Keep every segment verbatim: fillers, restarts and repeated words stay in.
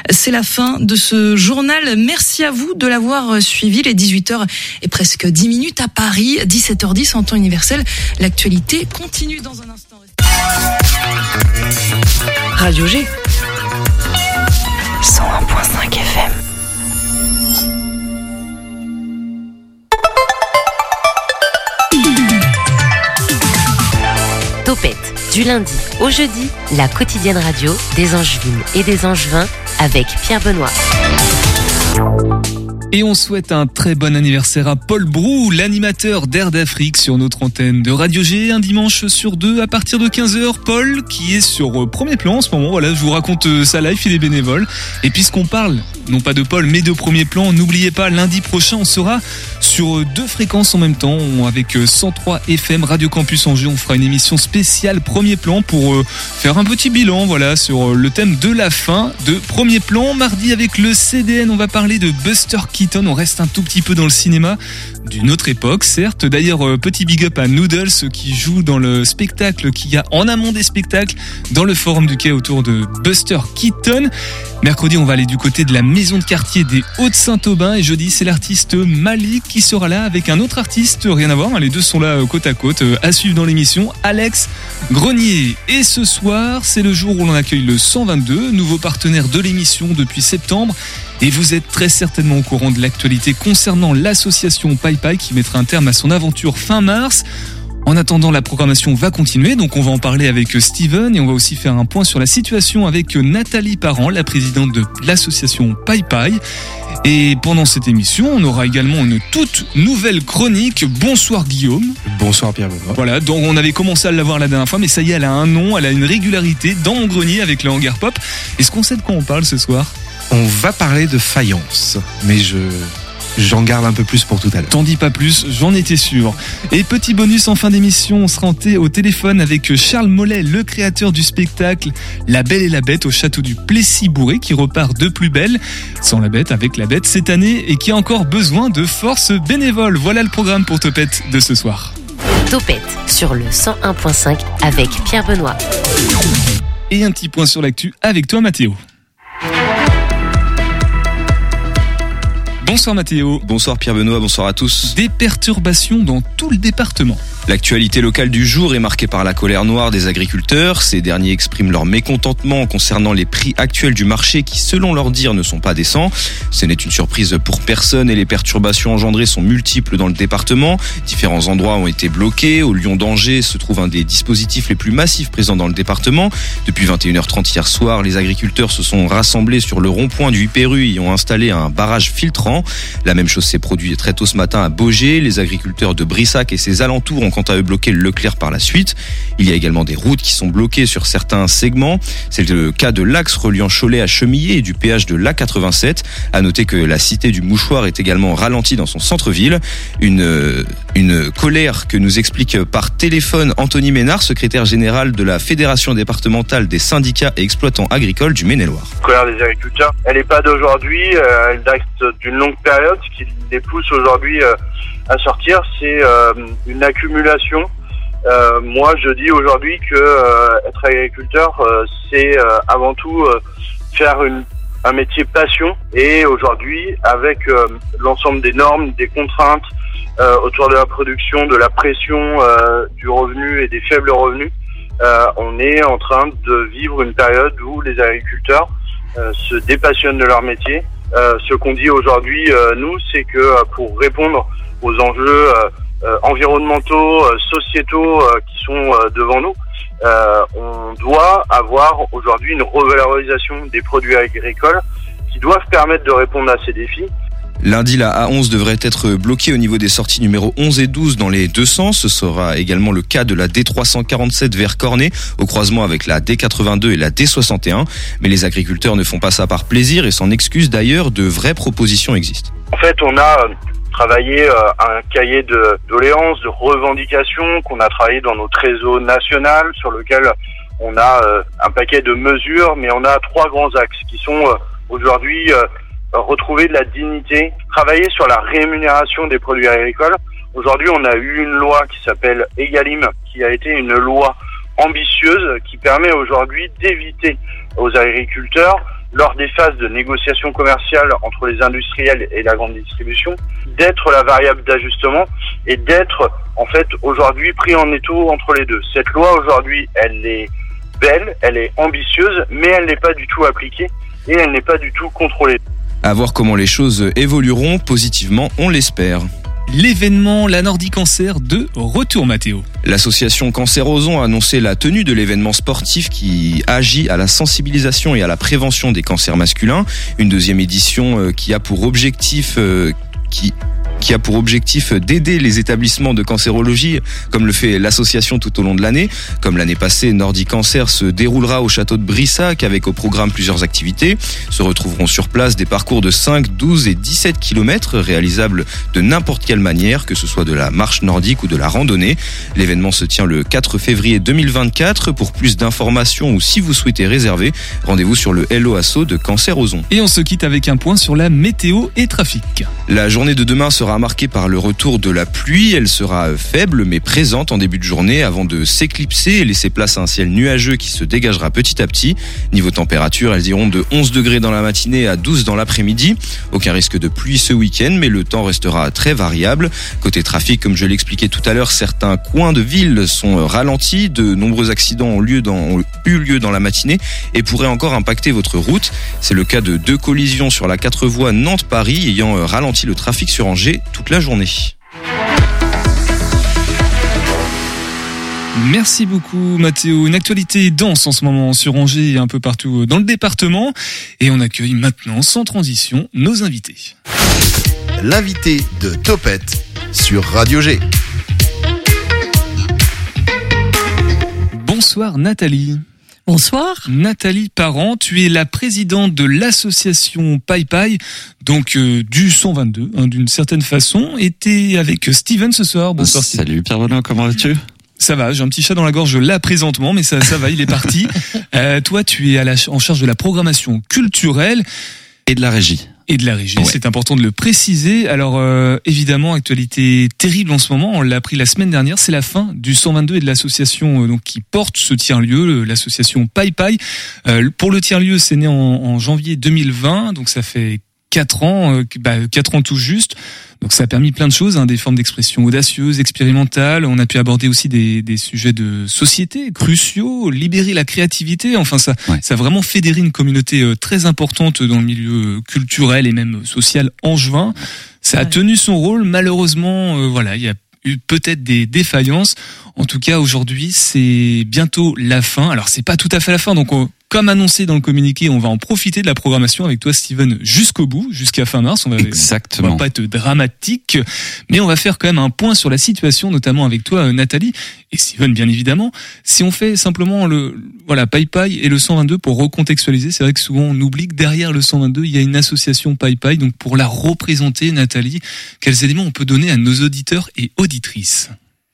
C'est la fin de ce journal. Merci à vous de l'avoir suivi. Les dix-huit heures et presque dix minutes à Paris, dix-sept heures dix en temps universel. L'actualité continue dans un instant. Radio G cent un virgule cinq F M. Topette, du lundi au jeudi, la quotidienne radio des Angevines et des Angevins avec Pierre Benoît. Et on souhaite un très bon anniversaire à Paul Brou, l'animateur d'Air d'Afrique sur notre antenne de Radio G, un dimanche sur deux à partir de quinze heures. Paul qui est sur euh, Premier Plan en ce moment, voilà, je vous raconte euh, sa life, il est bénévole. Et puisqu'on parle, non pas de Paul, mais de Premier Plan, n'oubliez pas, lundi prochain, on sera sur euh, deux fréquences en même temps, on, avec euh, cent trois F M, Radio Campus Angers, on fera une émission spéciale Premier Plan pour euh, faire un petit bilan, voilà, sur euh, le thème de la fin de Premier Plan. Mardi avec le C D N, on va parler de Buster Keaton. On reste un tout petit peu dans le cinéma d'une autre époque, certes. D'ailleurs, euh, petit big up à Noodles qui joue dans le spectacle qu'il y a en amont des spectacles dans le forum du quai autour de Buster Keaton. Mercredi, on va aller du côté de la maison de quartier des Hauts-de-Saint-Aubin et jeudi, c'est l'artiste Malik qui sera là avec un autre artiste, rien à voir, hein, les deux sont là côte à côte, euh, à suivre dans l'émission, Alex Grenier. Et ce soir, c'est le jour où l'on accueille le cent vingt-deux, nouveau partenaire de l'émission depuis septembre. Et vous êtes très certainement au courant de l'actualité concernant l'association PayPay qui mettra un terme à son aventure fin mars. En attendant, la programmation va continuer, donc on va en parler avec Steven et on va aussi faire un point sur la situation avec Nathalie Parent, la présidente de l'association PayPay. Et pendant cette émission, on aura également une toute nouvelle chronique. Bonsoir Guillaume. Bonsoir Pierre Benoît. Voilà, donc on avait commencé à l'avoir la dernière fois, mais ça y est, elle a un nom, elle a une régularité dans mon grenier avec le hangar pop. Est-ce qu'on sait de quoi on parle ce soir ? On va parler de faïence, mais je... J'en garde un peu plus pour tout à l'heure. T'en dis pas plus, j'en étais sûr. Et petit bonus en fin d'émission, on sera au téléphone avec Charles Mollet, le créateur du spectacle La Belle et la Bête au château du Plessis-Bourré, qui repart de plus belle, sans la bête, avec la bête cette année, et qui a encore besoin de forces bénévoles. Voilà le programme pour Topette de ce soir. Topette sur le cent un virgule cinq avec Pierre Benoît. Et un petit point sur l'actu avec toi Mathéo. Bonsoir Mathéo. Bonsoir Pierre Benoît, bonsoir à tous. Des perturbations dans tout le département. L'actualité locale du jour est marquée par la colère noire des agriculteurs. Ces derniers expriment leur mécontentement concernant les prix actuels du marché qui, selon leur dire, ne sont pas décents. Ce n'est une surprise pour personne et les perturbations engendrées sont multiples dans le département. Différents endroits ont été bloqués. Au Lion d'Angers se trouve un des dispositifs les plus massifs présents dans le département. Depuis vingt et une heures trente hier soir, les agriculteurs se sont rassemblés sur le rond-point du Hyper-U et ont installé un barrage filtrant. La même chose s'est produite très tôt ce matin à Baugé. Les agriculteurs de Brissac et ses alentours ont quant à eux bloqué le Leclerc par la suite. Il y a également des routes qui sont bloquées sur certains segments. C'est le cas de l'axe reliant Cholet à Chemillé et du péage de l'A quatre-vingt-sept. À noter que la cité du Mouchoir est également ralentie dans son centre-ville. Une, une colère que nous explique par téléphone Anthony Ménard, secrétaire général de la Fédération départementale des syndicats et exploitants agricoles du Maine-et-Loire. La colère des agriculteurs, elle n'est pas d'aujourd'hui, euh, elle date d'une longue période. Ce qui les pousse aujourd'hui euh, à sortir, c'est euh, une accumulation. Euh, moi, je dis aujourd'hui que euh, être agriculteur, euh, c'est euh, avant tout euh, faire une, un métier passion. Et aujourd'hui, avec euh, l'ensemble des normes, des contraintes euh, autour de la production, de la pression euh, du revenu et des faibles revenus, euh, on est en train de vivre une période où les agriculteurs euh, se dépassionnent de leur métier. Euh, ce qu'on dit aujourd'hui, euh, nous, c'est que euh, pour répondre aux enjeux euh, euh, environnementaux, euh, sociétaux euh, qui sont euh, devant nous, euh, on doit avoir aujourd'hui une revalorisation des produits agricoles qui doivent permettre de répondre à ces défis. Lundi, la A onze devrait être bloquée au niveau des sorties numéro onze et douze dans les deux sens. Ce sera également le cas de la D trois cent quarante-sept vers Cornet, au croisement avec la D quatre-vingt-deux et la D soixante et un. Mais les agriculteurs ne font pas ça par plaisir et s'en excusent d'ailleurs, de vraies propositions existent. En fait, on a travaillé un cahier de doléances, de revendications qu'on a travaillé dans notre réseau national sur lequel on a un paquet de mesures, mais on a trois grands axes qui sont aujourd'hui retrouver de la dignité, travailler sur la rémunération des produits agricoles. Aujourd'hui, on a eu une loi qui s'appelle Egalim, qui a été une loi ambitieuse qui permet aujourd'hui d'éviter aux agriculteurs lors des phases de négociation commerciale entre les industriels et la grande distribution, d'être la variable d'ajustement et d'être en fait aujourd'hui pris en étau entre les deux. Cette loi aujourd'hui, elle est belle, elle est ambitieuse, mais elle n'est pas du tout appliquée et elle n'est pas du tout contrôlée. À voir comment les choses évolueront positivement, on l'espère. L'événement La Nordic Cancer de retour, Mathéo. L'association Cancer Ozon a annoncé la tenue de l'événement sportif qui agit à la sensibilisation et à la prévention des cancers masculins. Une deuxième édition qui a pour objectif qui qui a pour objectif d'aider les établissements de cancérologie, comme le fait l'association tout au long de l'année. Comme l'année passée, Nordic Cancer se déroulera au château de Brissac avec au programme plusieurs activités. Se retrouveront sur place des parcours de cinq, douze et dix-sept kilomètres réalisables de n'importe quelle manière, que ce soit de la marche nordique ou de la randonnée. L'événement se tient le quatre février deux mille vingt-quatre. Pour plus d'informations ou si vous souhaitez réserver, rendez-vous sur le Hello Asso de Cancer Ozon. Et on se quitte avec un point sur la météo et trafic. La journée de demain sera marquée par le retour de la pluie. Elle sera faible mais présente en début de journée avant de s'éclipser et laisser place à un ciel nuageux qui se dégagera petit à petit. Niveau température, elles iront de onze degrés dans la matinée à douze dans l'après-midi. Aucun risque de pluie ce week-end, mais le temps restera très variable. Côté trafic, comme je l'expliquais tout à l'heure, certains coins de ville sont ralentis. De nombreux accidents ont, lieu dans, ont eu lieu dans la matinée et pourraient encore impacter votre route. C'est le cas de deux collisions sur la quatre voies Nantes-Paris ayant ralenti le trafic sur Angers toute la journée. Merci beaucoup Mathéo. Une actualité dense en ce moment sur Angers et un peu partout dans le département. Et on accueille maintenant, sans transition, nos invités. L'invité de Topette sur Radio G. Bonsoir Nathalie. Bonsoir. Nathalie Parent, tu es la présidente de l'association Paille Paille, donc euh, du cent vingt-deux, hein, d'une certaine façon, et t'es avec Steven ce soir. Bonsoir. Salut Pierre Benoît, comment vas-tu ? Ça va, j'ai un petit chat dans la gorge là présentement, mais ça, ça va, il est parti. Euh, toi, tu es à la, en charge de la programmation culturelle. Et de la régie. Et de la régie, ouais. C'est important de le préciser. Alors euh, évidemment, actualité terrible en ce moment, on l'a appris la semaine dernière, c'est la fin du cent vingt-deux et de l'association euh, donc qui porte ce tiers-lieu, l'association Paille Paille. Euh, pour le tiers-lieu, c'est né en, en janvier deux mille vingt, donc ça fait quatre ans, euh, bah, quatre ans tout juste. Donc ça a permis plein de choses, hein, des formes d'expression audacieuses, expérimentales. On a pu aborder aussi des, des sujets de société cruciaux, libérer la créativité. Enfin, ça, ouais. ça a vraiment fédéré une communauté euh, très importante dans le milieu culturel et même social angevin. Ça a ouais. tenu son rôle. Malheureusement, euh, voilà, il y a eu peut-être des défaillances. En tout cas, aujourd'hui, c'est bientôt la fin. Alors, c'est pas tout à fait la fin, donc on, comme annoncé dans le communiqué, on va en profiter de la programmation avec toi, Steven, jusqu'au bout, jusqu'à fin mars. On va, Exactement. On va pas être dramatique, mais on va faire quand même un point sur la situation, notamment avec toi, Nathalie, et Steven, bien évidemment. Si on fait simplement le, voilà, Paille Paille et le cent vingt-deux pour recontextualiser, c'est vrai que souvent on oublie que derrière le cent vingt-deux, il y a une association Paille Paille. Donc, pour la représenter, Nathalie, quels éléments on peut donner à nos auditeurs et auditrices?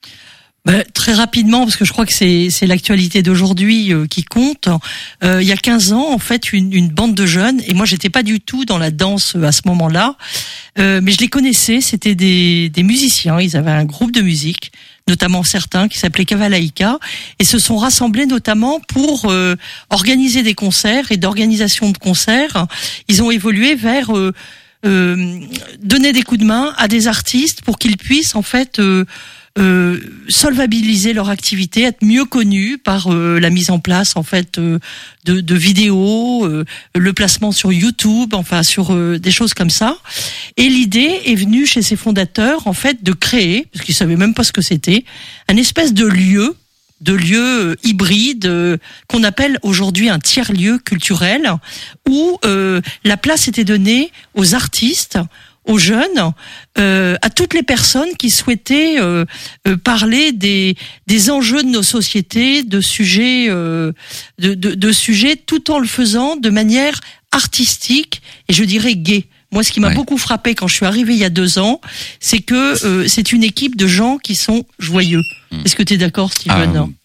Ben, très rapidement, parce que je crois que c'est c'est l'actualité d'aujourd'hui euh, qui compte. Euh, il y a quinze ans, en fait, une, une bande de jeunes, et moi j'étais pas du tout dans la danse à ce moment-là, euh, mais je les connaissais, c'était des, des musiciens, ils avaient un groupe de musique, notamment certains qui s'appelaient Cavalaïka, et se sont rassemblés notamment pour euh, organiser des concerts et d'organisation de concerts. Ils ont évolué vers... Euh, euh, donner des coups de main à des artistes pour qu'ils puissent, en fait... Euh, Euh, solvabiliser leur activité, être mieux connus par euh, la mise en place en fait euh, de, de vidéos, euh, le placement sur YouTube, enfin sur euh, des choses comme ça. Et l'idée est venue chez ces fondateurs en fait de créer, parce qu'ils savaient même pas ce que c'était, un espèce de lieu, de lieu hybride euh, qu'on appelle aujourd'hui un tiers-lieu culturel, où euh, la place était donnée aux artistes, aux jeunes, euh, à toutes les personnes qui souhaitaient euh, euh, parler des des enjeux de nos sociétés, de sujets euh, de, de de sujets, tout en le faisant de manière artistique et je dirais gaie. Moi, ce qui m'a ouais. beaucoup frappé quand je suis arrivée il y a deux ans, c'est que euh, c'est une équipe de gens qui sont joyeux. Mmh. Est-ce que tu es d'accord, Steven? ah,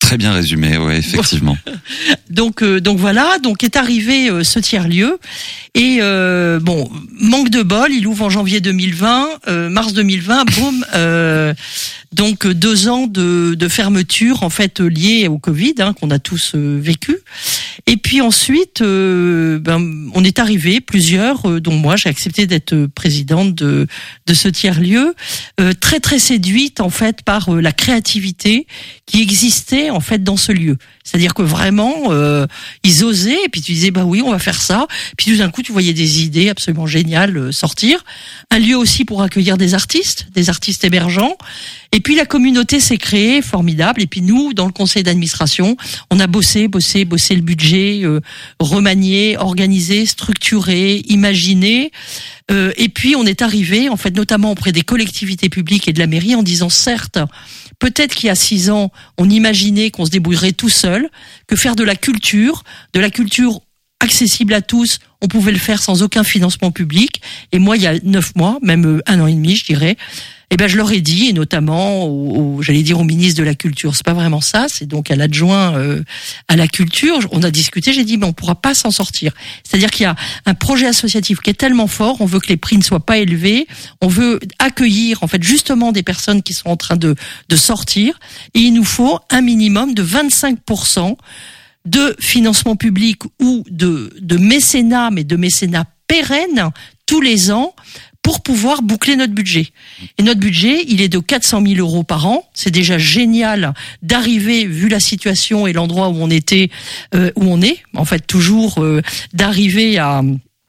Très bien résumé, ouais, effectivement. donc, euh, donc voilà, donc est arrivé euh, ce tiers-lieu et euh, bon, manque de bol, il ouvre en janvier deux mille vingt, euh, mars deux mille vingt, boum, euh, donc deux ans de, de fermeture en fait liés au Covid hein, qu'on a tous euh, vécu. Et puis ensuite, euh, ben, on est arrivé plusieurs, euh, dont moi, j'ai accepté d'être présidente de de ce tiers-lieu, euh, très très séduite en fait par euh, la créativité qui existait en fait dans ce lieu. C'est-à-dire que vraiment, euh, ils osaient, et puis tu disais bah oui, on va faire ça. Puis tout d'un coup, tu voyais des idées absolument géniales euh, sortir. Un lieu aussi pour accueillir des artistes, des artistes émergents. Et puis la communauté s'est créée, formidable. Et puis nous, dans le conseil d'administration, on a bossé, bossé, bossé le budget, euh, remanié, organisé, structuré, imaginé. Euh, et puis on est arrivé, en fait, notamment auprès des collectivités publiques et de la mairie, en disant certes, peut-être qu'il y a six ans, on imaginait qu'on se débrouillerait tout seul, que faire de la culture, de la culture accessible à tous, on pouvait le faire sans aucun financement public. Et moi, il y a neuf mois, même un an et demi, je dirais, eh ben, je leur ai dit, et notamment, au, au, j'allais dire au ministre de la Culture, c'est pas vraiment ça, c'est donc à l'adjoint euh, à la culture. On a discuté, j'ai dit, mais on pourra pas s'en sortir. C'est-à-dire qu'il y a un projet associatif qui est tellement fort, on veut que les prix ne soient pas élevés, on veut accueillir, en fait, justement des personnes qui sont en train de de sortir, et il nous faut un minimum de vingt-cinq pour cent de financement public ou de de mécénat, mais de mécénat pérenne tous les ans, pour pouvoir boucler notre budget. Et notre budget, il est de quatre cent mille euros par an. C'est déjà génial d'arriver, vu la situation et l'endroit où on était, euh, où on est, en fait, toujours euh, d'arriver à,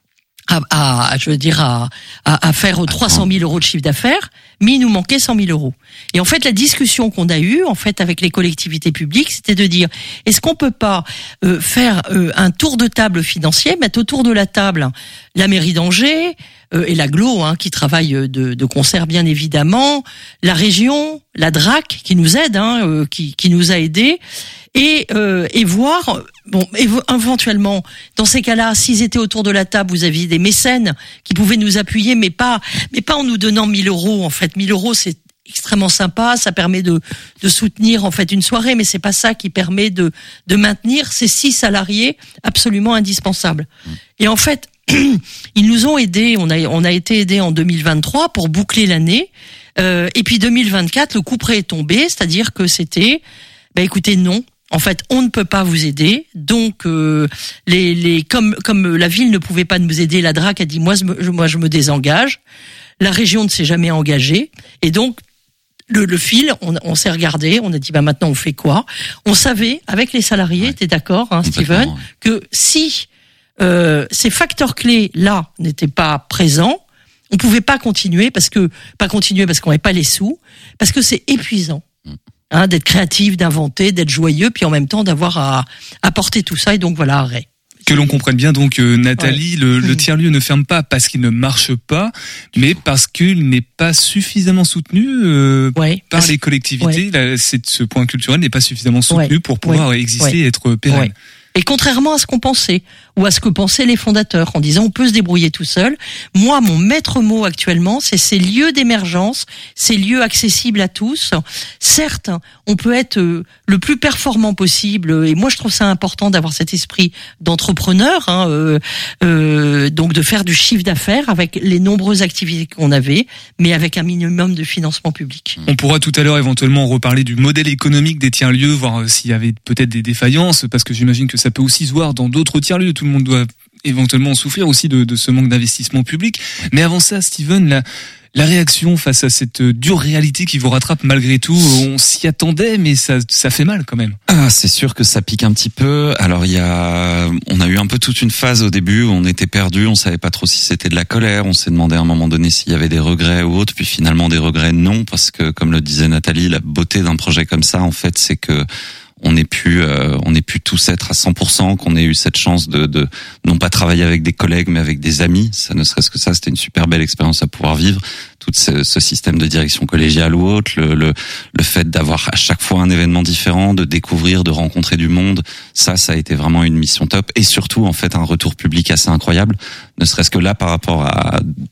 à, à, je veux dire, à, à, à faire trois cent mille euros de chiffre d'affaires. Mais il nous manquait cent mille euros. Et en fait, la discussion qu'on a eue, en fait, avec les collectivités publiques, c'était de dire, est-ce qu'on peut pas euh, faire euh, un tour de table financier, mettre autour de la table la mairie d'Angers euh, et l'agglo, hein, qui travaille de, de concert bien évidemment, la région, la D R A C qui nous aide, hein, euh, qui, qui nous a aidés, et euh, et voir, bon, éventuellement, dans ces cas-là, s'ils étaient autour de la table, vous aviez des mécènes qui pouvaient nous appuyer, mais pas, mais pas en nous donnant mille euros. En fait, mille euros, c'est extrêmement sympa, ça permet de de soutenir en fait une soirée, mais c'est pas ça qui permet de de maintenir ces six salariés absolument indispensables. Mmh. Et en fait, ils nous ont aidés. On a on a été aidés en deux mille vingt-trois pour boucler l'année. Euh, et puis deux mille vingt-quatre, le coup près est tombé, c'est-à-dire que c'était, bah écoutez, non. En fait, on ne peut pas vous aider. Donc, euh, les, les, comme, comme la ville ne pouvait pas nous aider, la D R A C a dit moi, je, moi, je me désengage. La région ne s'est jamais engagée, et donc le, le fil, on, on s'est regardé, on a dit bah maintenant on fait quoi ? On savait avec les salariés, ouais. T'es d'accord, hein, Steven, ouais. que si euh, ces facteurs clés là n'étaient pas présents, on pouvait pas continuer parce que pas continuer parce qu'on n'avait pas les sous, parce que c'est épuisant. Mm. Hein, d'être créatif, d'inventer, d'être joyeux, puis en même temps d'avoir à apporter tout ça. Et donc voilà, arrêt. Que l'on comprenne bien, donc euh, Nathalie, ouais. le, le tiers-lieu ne ferme pas parce qu'il ne marche pas, mais parce qu'il n'est pas suffisamment soutenu euh, ouais. par les collectivités. Ouais. Là, c'est, ce point culturel n'est pas suffisamment soutenu ouais. pour pouvoir ouais. exister ouais. et être pérenne. Ouais. Et contrairement à ce qu'on pensait, ou à ce que pensaient les fondateurs, en disant on peut se débrouiller tout seul, moi, mon maître mot actuellement, c'est ces lieux d'émergence, ces lieux accessibles à tous. Certes, on peut être le plus performant possible, et moi je trouve ça important d'avoir cet esprit d'entrepreneur, hein, euh, euh, donc de faire du chiffre d'affaires avec les nombreuses activités qu'on avait, mais avec un minimum de financement public. On pourra tout à l'heure éventuellement reparler du modèle économique des tiers-lieux, voir s'il y avait peut-être des défaillances, parce que j'imagine que ça peut aussi se voir dans d'autres tiers-lieux. Tout le monde doit éventuellement souffrir aussi de, de ce manque d'investissement public. Mais avant ça, Steven, la, la réaction face à cette dure réalité qui vous rattrape malgré tout, on s'y attendait, mais ça, ça fait mal quand même. Ah, c'est sûr que ça pique un petit peu. Alors il y a, on a eu un peu toute une phase au début où on était perdu, on savait pas trop si c'était de la colère, on s'est demandé à un moment donné s'il y avait des regrets ou autre, puis finalement des regrets non, parce que comme le disait Nathalie, la beauté d'un projet comme ça, en fait, c'est que on ait pu euh, on ait pu tous être à cent pour cent, qu'on ait eu cette chance de de non pas travailler avec des collègues mais avec des amis. Ça, ne serait-ce que ça, c'était une super belle expérience à pouvoir vivre. Tout ce, ce système de direction collégiale ou autre, le, le le fait d'avoir à chaque fois un événement différent, de découvrir, de rencontrer du monde, ça ça a été vraiment une mission top, et surtout en fait un retour public assez incroyable, ne serait-ce que là par rapport à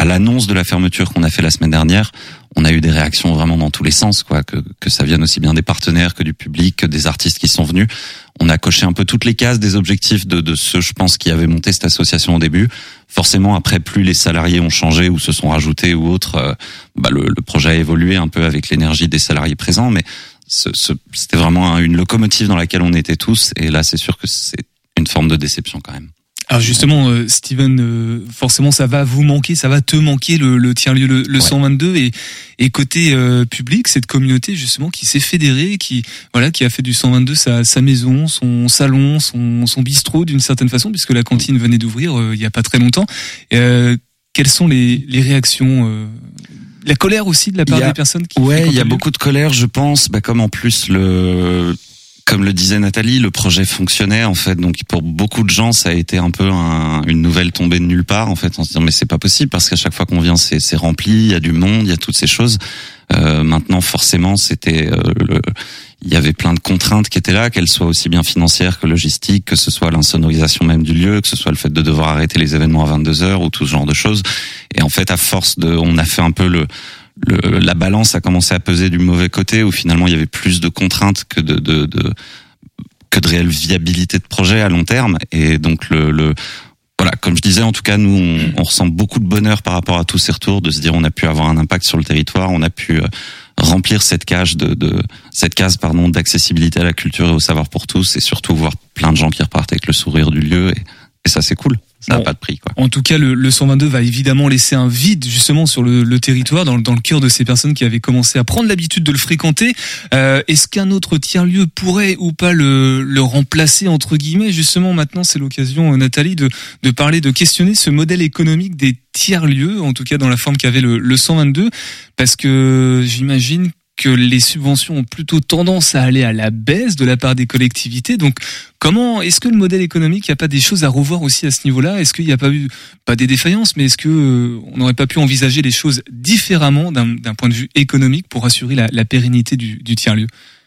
à l'annonce de la fermeture qu'on a fait la semaine dernière, on a eu des réactions vraiment dans tous les sens, quoi, que, que ça vienne aussi bien des partenaires que du public, que des artistes qui sont venus. On a coché un peu toutes les cases des objectifs de, de ceux, je pense, qui avaient monté cette association au début. Forcément, après, plus les salariés ont changé ou se sont rajoutés ou autres, euh, bah, le, le projet a évolué un peu avec l'énergie des salariés présents, mais ce, ce, c'était vraiment une locomotive dans laquelle on était tous, et là, c'est sûr que c'est une forme de déception quand même. Alors justement, euh, Steven, euh, forcément, ça va vous manquer, ça va te manquer le, le tiers-lieu, le, le ouais. cent vingt-deux, et, et côté euh, public, cette communauté justement qui s'est fédérée, qui voilà, qui a fait du cent vingt-deux sa, sa maison, son salon, son, son bistrot d'une certaine façon, puisque la cantine venait d'ouvrir euh, il y a pas très longtemps. Euh, quelles sont les, les réactions euh, la colère aussi de la part a, des personnes qui ouais, il y a beaucoup de colère, je pense, bah, comme en plus le Comme le disait Nathalie, le projet fonctionnait en fait, donc pour beaucoup de gens, ça a été un peu un, une nouvelle tombée de nulle part en fait, en se disant mais c'est pas possible parce qu'à chaque fois qu'on vient, c'est, c'est rempli, il y a du monde, il y a toutes ces choses. Euh, maintenant, forcément, c'était, euh, le, il y avait plein de contraintes qui étaient là, qu'elles soient aussi bien financières que logistiques, que ce soit l'insonorisation même du lieu, que ce soit le fait de devoir arrêter les événements à vingt-deux heures ou tout ce genre de choses. Et en fait, à force de, on a fait un peu le Le, la balance a commencé à peser du mauvais côté, où finalement il y avait plus de contraintes que de, de, de que de réelle viabilité de projet à long terme. Et donc le, le voilà, comme je disais, en tout cas nous on, on ressent beaucoup de bonheur par rapport à tous ces retours, de se dire on a pu avoir un impact sur le territoire, on a pu euh, remplir cette cage de, de cette case pardon d'accessibilité à la culture et au savoir pour tous, et surtout voir plein de gens qui repartent avec le sourire du lieu, et, et ça c'est cool. Ça n'a bon, pas de prix, quoi. En tout cas, le, le cent vingt-deux va évidemment laisser un vide justement sur le, le territoire, dans, dans le cœur de ces personnes qui avaient commencé à prendre l'habitude de le fréquenter. Euh, est-ce qu'un autre tiers-lieu pourrait ou pas le, le remplacer entre guillemets? Justement, maintenant, c'est l'occasion, Nathalie, de, de parler, de questionner ce modèle économique des tiers-lieux, en tout cas dans la forme qu'avait le, le cent vingt-deux, parce que j'imagine que les subventions ont plutôt tendance à aller à la baisse de la part des collectivités. Donc, comment est-ce que le modèle économique, il n'y a pas des choses à revoir aussi à ce niveau-là? Est-ce qu'il n'y a pas eu, pas des défaillances, mais est-ce que euh, on n'aurait pas pu envisager les choses différemment d'un, d'un point de vue économique pour assurer la, la pérennité du, du tiers-lieu?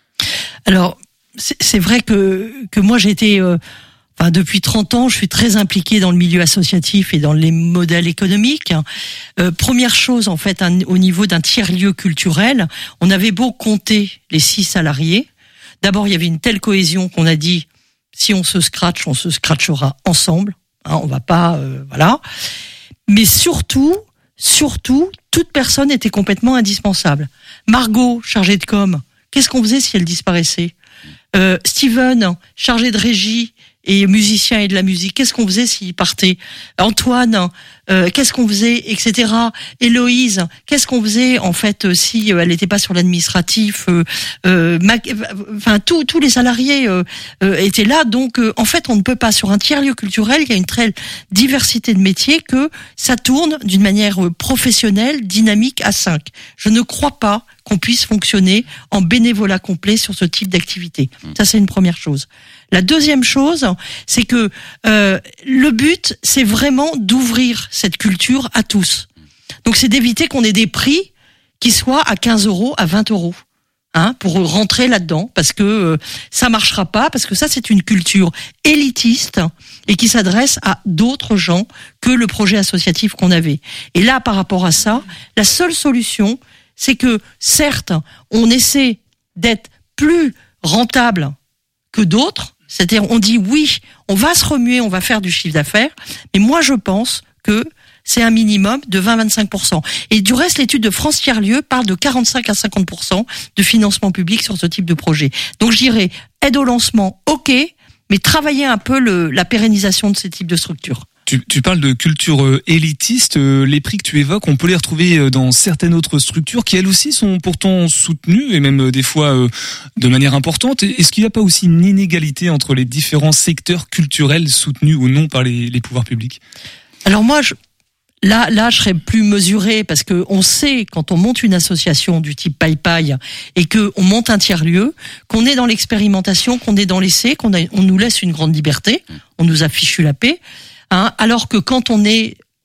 Alors, c'est, c'est vrai que que moi j'ai été euh... Enfin, depuis trente ans, je suis très impliquée dans le milieu associatif et dans les modèles économiques. Euh, première chose, en fait, un, au niveau d'un tiers-lieu culturel, on avait beau compter les six salariés. D'abord, il y avait une telle cohésion qu'on a dit, si on se scratche, on se scratchera ensemble. Hein, on va pas, euh, voilà. Mais surtout, surtout, toute personne était complètement indispensable. Margot, chargée de com, qu'est-ce qu'on faisait si elle disparaissait? euh, Steven, chargé de régie et musicien et de la musique, qu'est-ce qu'on faisait s'il partait? Antoine, euh, qu'est-ce qu'on faisait, et cetera. Héloïse, qu'est-ce qu'on faisait en fait si elle n'était pas sur l'administratif? euh, euh, Mac, enfin, tous tous les salariés euh, euh, étaient là, donc euh, en fait, on ne peut pas sur un tiers-lieu culturel. Il y a une telle diversité de métiers que ça tourne d'une manière professionnelle, dynamique à cinq. Je ne crois pas qu'on puisse fonctionner en bénévolat complet sur ce type d'activité. Ça, c'est une première chose. La deuxième chose, c'est que euh, le but, c'est vraiment d'ouvrir cette culture à tous. Donc, c'est d'éviter qu'on ait des prix qui soient à quinze euros, à vingt euros, hein, pour rentrer là-dedans, parce que euh, ça marchera pas, parce que ça, c'est une culture élitiste et qui s'adresse à d'autres gens que le projet associatif qu'on avait. Et là, par rapport à ça, la seule solution, c'est que, certes, on essaie d'être plus rentable que d'autres. C'est-à-dire, on dit oui, on va se remuer, on va faire du chiffre d'affaires, mais moi je pense que c'est un minimum de vingt à vingt-cinq pour cent. Et du reste, l'étude de France Tiers-Lieu parle de quarante-cinq à cinquante pour cent de financement public sur ce type de projet. Donc je dirais, aide au lancement, ok, mais travailler un peu le, la pérennisation de ces types de structures. Tu, tu parles de culture euh, élitiste, euh, les prix que tu évoques, on peut les retrouver dans certaines autres structures qui elles aussi sont pourtant soutenues et même euh, des fois euh, de manière importante. Est-ce qu'il n'y a pas aussi une inégalité entre les différents secteurs culturels soutenus ou non par les, les pouvoirs publics? Alors moi, je, là, là, je serais plus mesurée parce que on sait quand on monte une association du type Paille Paille et que on monte un tiers-lieu, qu'on est dans l'expérimentation, qu'on est dans l'essai, qu'on a, on nous laisse une grande liberté, on nous a fichu la paix. Hein, alors que quand on est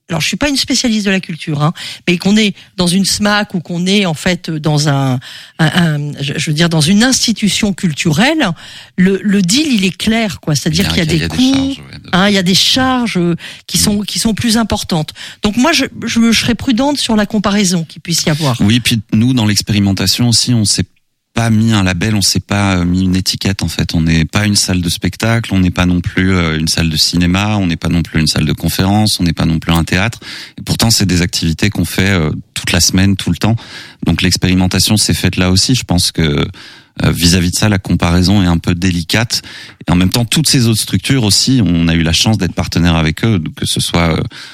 alors je suis pas une spécialiste de la culture, hein, mais qu'on est dans une SMAC ou qu'on est en fait dans un, un, un je veux dire dans une institution culturelle, le, le deal il est clair, quoi. C'est-à-dire qu'il y a des coûts, hein, il y a des charges qui sont qui sont plus importantes. Donc moi je je, je serais prudente sur la comparaison qu'il puisse y avoir. Oui, puis nous dans l'expérimentation aussi, on s'est pas mis un label, on s'est pas mis une étiquette en fait. On n'est pas une salle de spectacle, on n'est pas non plus une salle de cinéma, on n'est pas non plus une salle de conférence, on n'est pas non plus un théâtre. Et pourtant, c'est des activités qu'on fait toute la semaine, tout le temps. Donc l'expérimentation s'est faite là aussi. Je pense que vis-à-vis de ça, la comparaison est un peu délicate. Et en même temps, toutes ces autres structures aussi, on a eu la chance d'être partenaire avec eux, que ce soit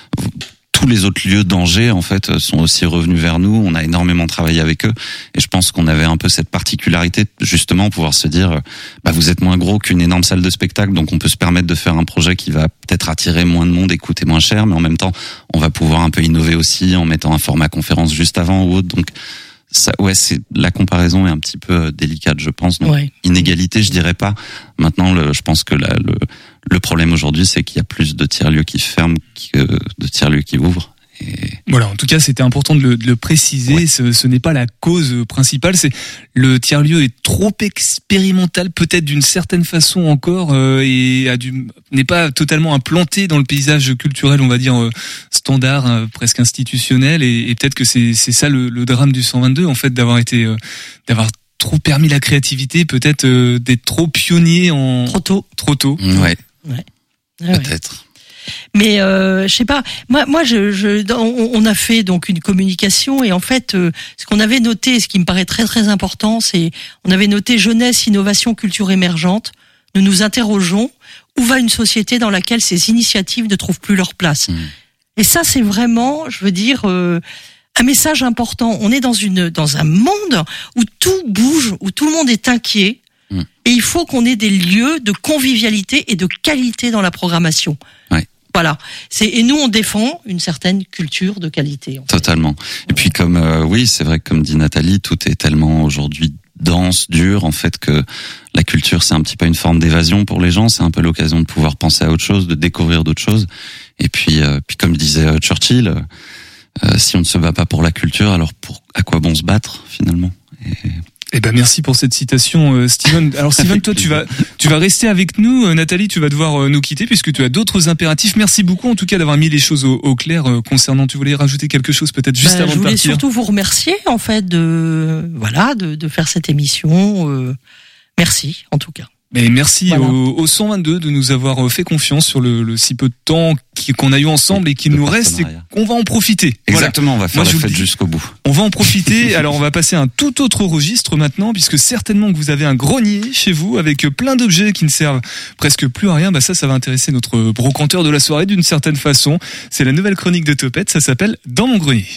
tous les autres lieux d'Angers, en fait, sont aussi revenus vers nous. On a énormément travaillé avec eux. Et je pense qu'on avait un peu cette particularité, justement, pouvoir se dire, bah, vous êtes moins gros qu'une énorme salle de spectacle, donc on peut se permettre de faire un projet qui va peut-être attirer moins de monde et coûter moins cher, mais en même temps, on va pouvoir un peu innover aussi en mettant un format conférence juste avant ou autre. Donc, ça, ouais, c'est, la comparaison est un petit peu délicate, je pense. Donc, ouais. Inégalité, je dirais pas. Maintenant, le, je pense que la, le, le problème aujourd'hui, c'est qu'il y a plus de tiers-lieux qui ferment que de tiers-lieux qui ouvrent. Et... Voilà, en tout cas, c'était important de le, de le préciser. Ouais. Ce, ce n'est pas la cause principale. C'est le tiers-lieu est trop expérimental, peut-être d'une certaine façon encore, euh, et a du, n'est pas totalement implanté dans le paysage culturel, on va dire euh, standard, euh, presque institutionnel. Et, et peut-être que c'est, c'est ça le, le drame du cent vingt-deux, en fait, d'avoir été, euh, d'avoir trop permis la créativité, peut-être euh, d'être trop pionnier en trop tôt, trop tôt. Ouais, ouais. peut-être. Ouais. Mais euh, je sais pas. Moi, moi, je, je, on, on a fait donc une communication et en fait, euh, ce qu'on avait noté, ce qui me paraît très très important, c'est on avait noté jeunesse, innovation, culture émergente. Nous nous interrogeons où va une société dans laquelle ces initiatives ne trouvent plus leur place. Mmh. Et ça, c'est vraiment, je veux dire, euh, un message important. On est dans une dans un monde où tout bouge, où tout le monde est inquiet. Mmh. Et il faut qu'on ait des lieux de convivialité et de qualité dans la programmation. Ouais. Voilà. C'est, et nous, on défend une certaine culture de qualité. En fait. Totalement. Et puis, comme, euh, oui, c'est vrai que comme dit Nathalie, tout est tellement aujourd'hui dense, dur, en fait, que la culture, c'est un petit peu une forme d'évasion pour les gens. C'est un peu l'occasion de pouvoir penser à autre chose, de découvrir d'autres choses. Et puis, euh, puis comme disait euh, Churchill, euh, si on ne se bat pas pour la culture, alors pour, à quoi bon se battre, finalement? Et... Eh ben merci pour cette citation, euh, Steven. Alors Steven, toi tu vas tu vas rester avec nous. Euh, Nathalie, tu vas devoir euh, nous quitter puisque tu as d'autres impératifs. Merci beaucoup en tout cas d'avoir mis les choses au, au clair euh, concernant. Tu voulais rajouter quelque chose peut-être juste ben, avant de partir. Je voulais surtout vous remercier en fait de voilà de, de faire cette émission. Euh, merci en tout cas. Mais merci voilà. au, au cent vingt-deux de nous avoir fait confiance sur le, le si peu de temps qui, qu'on a eu ensemble et qu'il nous reste et qu'on va en profiter. Exactement, voilà. On va faire Moi, la fête jusqu'au bout. On va en profiter. Alors on va passer à un tout autre registre maintenant, puisque certainement que vous avez un grenier chez vous avec plein d'objets qui ne servent presque plus à rien. Bah ça, ça va intéresser notre brocanteur de la soirée d'une certaine façon. C'est la nouvelle chronique de Topette, ça s'appelle Dans mon grenier.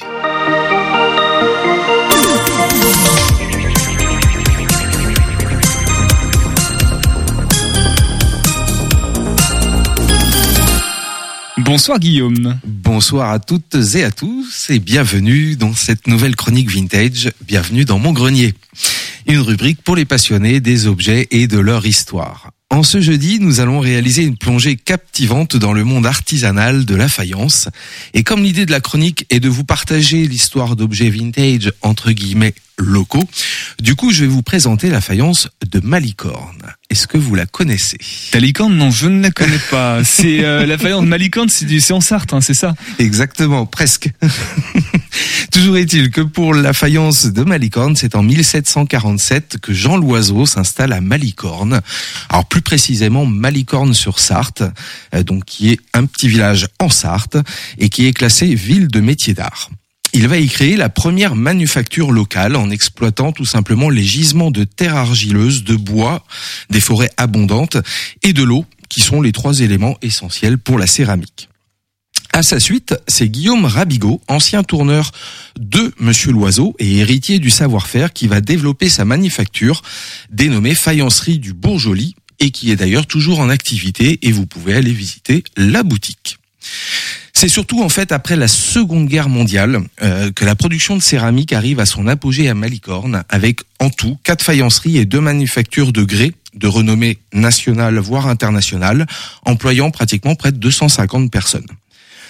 Bonsoir Guillaume. Bonsoir à toutes et à tous et bienvenue dans cette nouvelle chronique vintage. Bienvenue dans mon grenier. Une rubrique pour les passionnés des objets et de leur histoire. En ce jeudi, nous allons réaliser une plongée captivante dans le monde artisanal de la faïence. Et comme l'idée de la chronique est de vous partager l'histoire d'objets vintage entre guillemets locaux, du coup, je vais vous présenter la faïence de Malicorne. Est-ce que vous la connaissez? Malicorne, non, je ne la connais pas. C'est euh, la faïence de Malicorne, c'est, du, c'est en Sarthe, hein, c'est ça? Exactement, presque. Toujours est-il que pour la faïence de Malicorne, c'est en mille sept cent quarante-sept que Jean Loiseau s'installe à Malicorne. Alors plus précisément Malicorne-sur-Sarthe, euh, donc qui est un petit village en Sarthe et qui est classé ville de métier d'art. Il va y créer la première manufacture locale en exploitant tout simplement les gisements de terre argileuse, de bois, des forêts abondantes et de l'eau, qui sont les trois éléments essentiels pour la céramique. À sa suite, c'est Guillaume Rabigot, ancien tourneur de Monsieur Loiseau et héritier du savoir-faire, qui va développer sa manufacture dénommée Faïencerie du Bourjoli et qui est d'ailleurs toujours en activité et vous pouvez aller visiter la boutique. C'est surtout en fait après la Seconde Guerre mondiale euh, que la production de céramique arrive à son apogée à Malicorne, avec en tout quatre faïenceries et deux manufactures de grès de renommée nationale voire internationale, employant pratiquement près de deux cent cinquante personnes.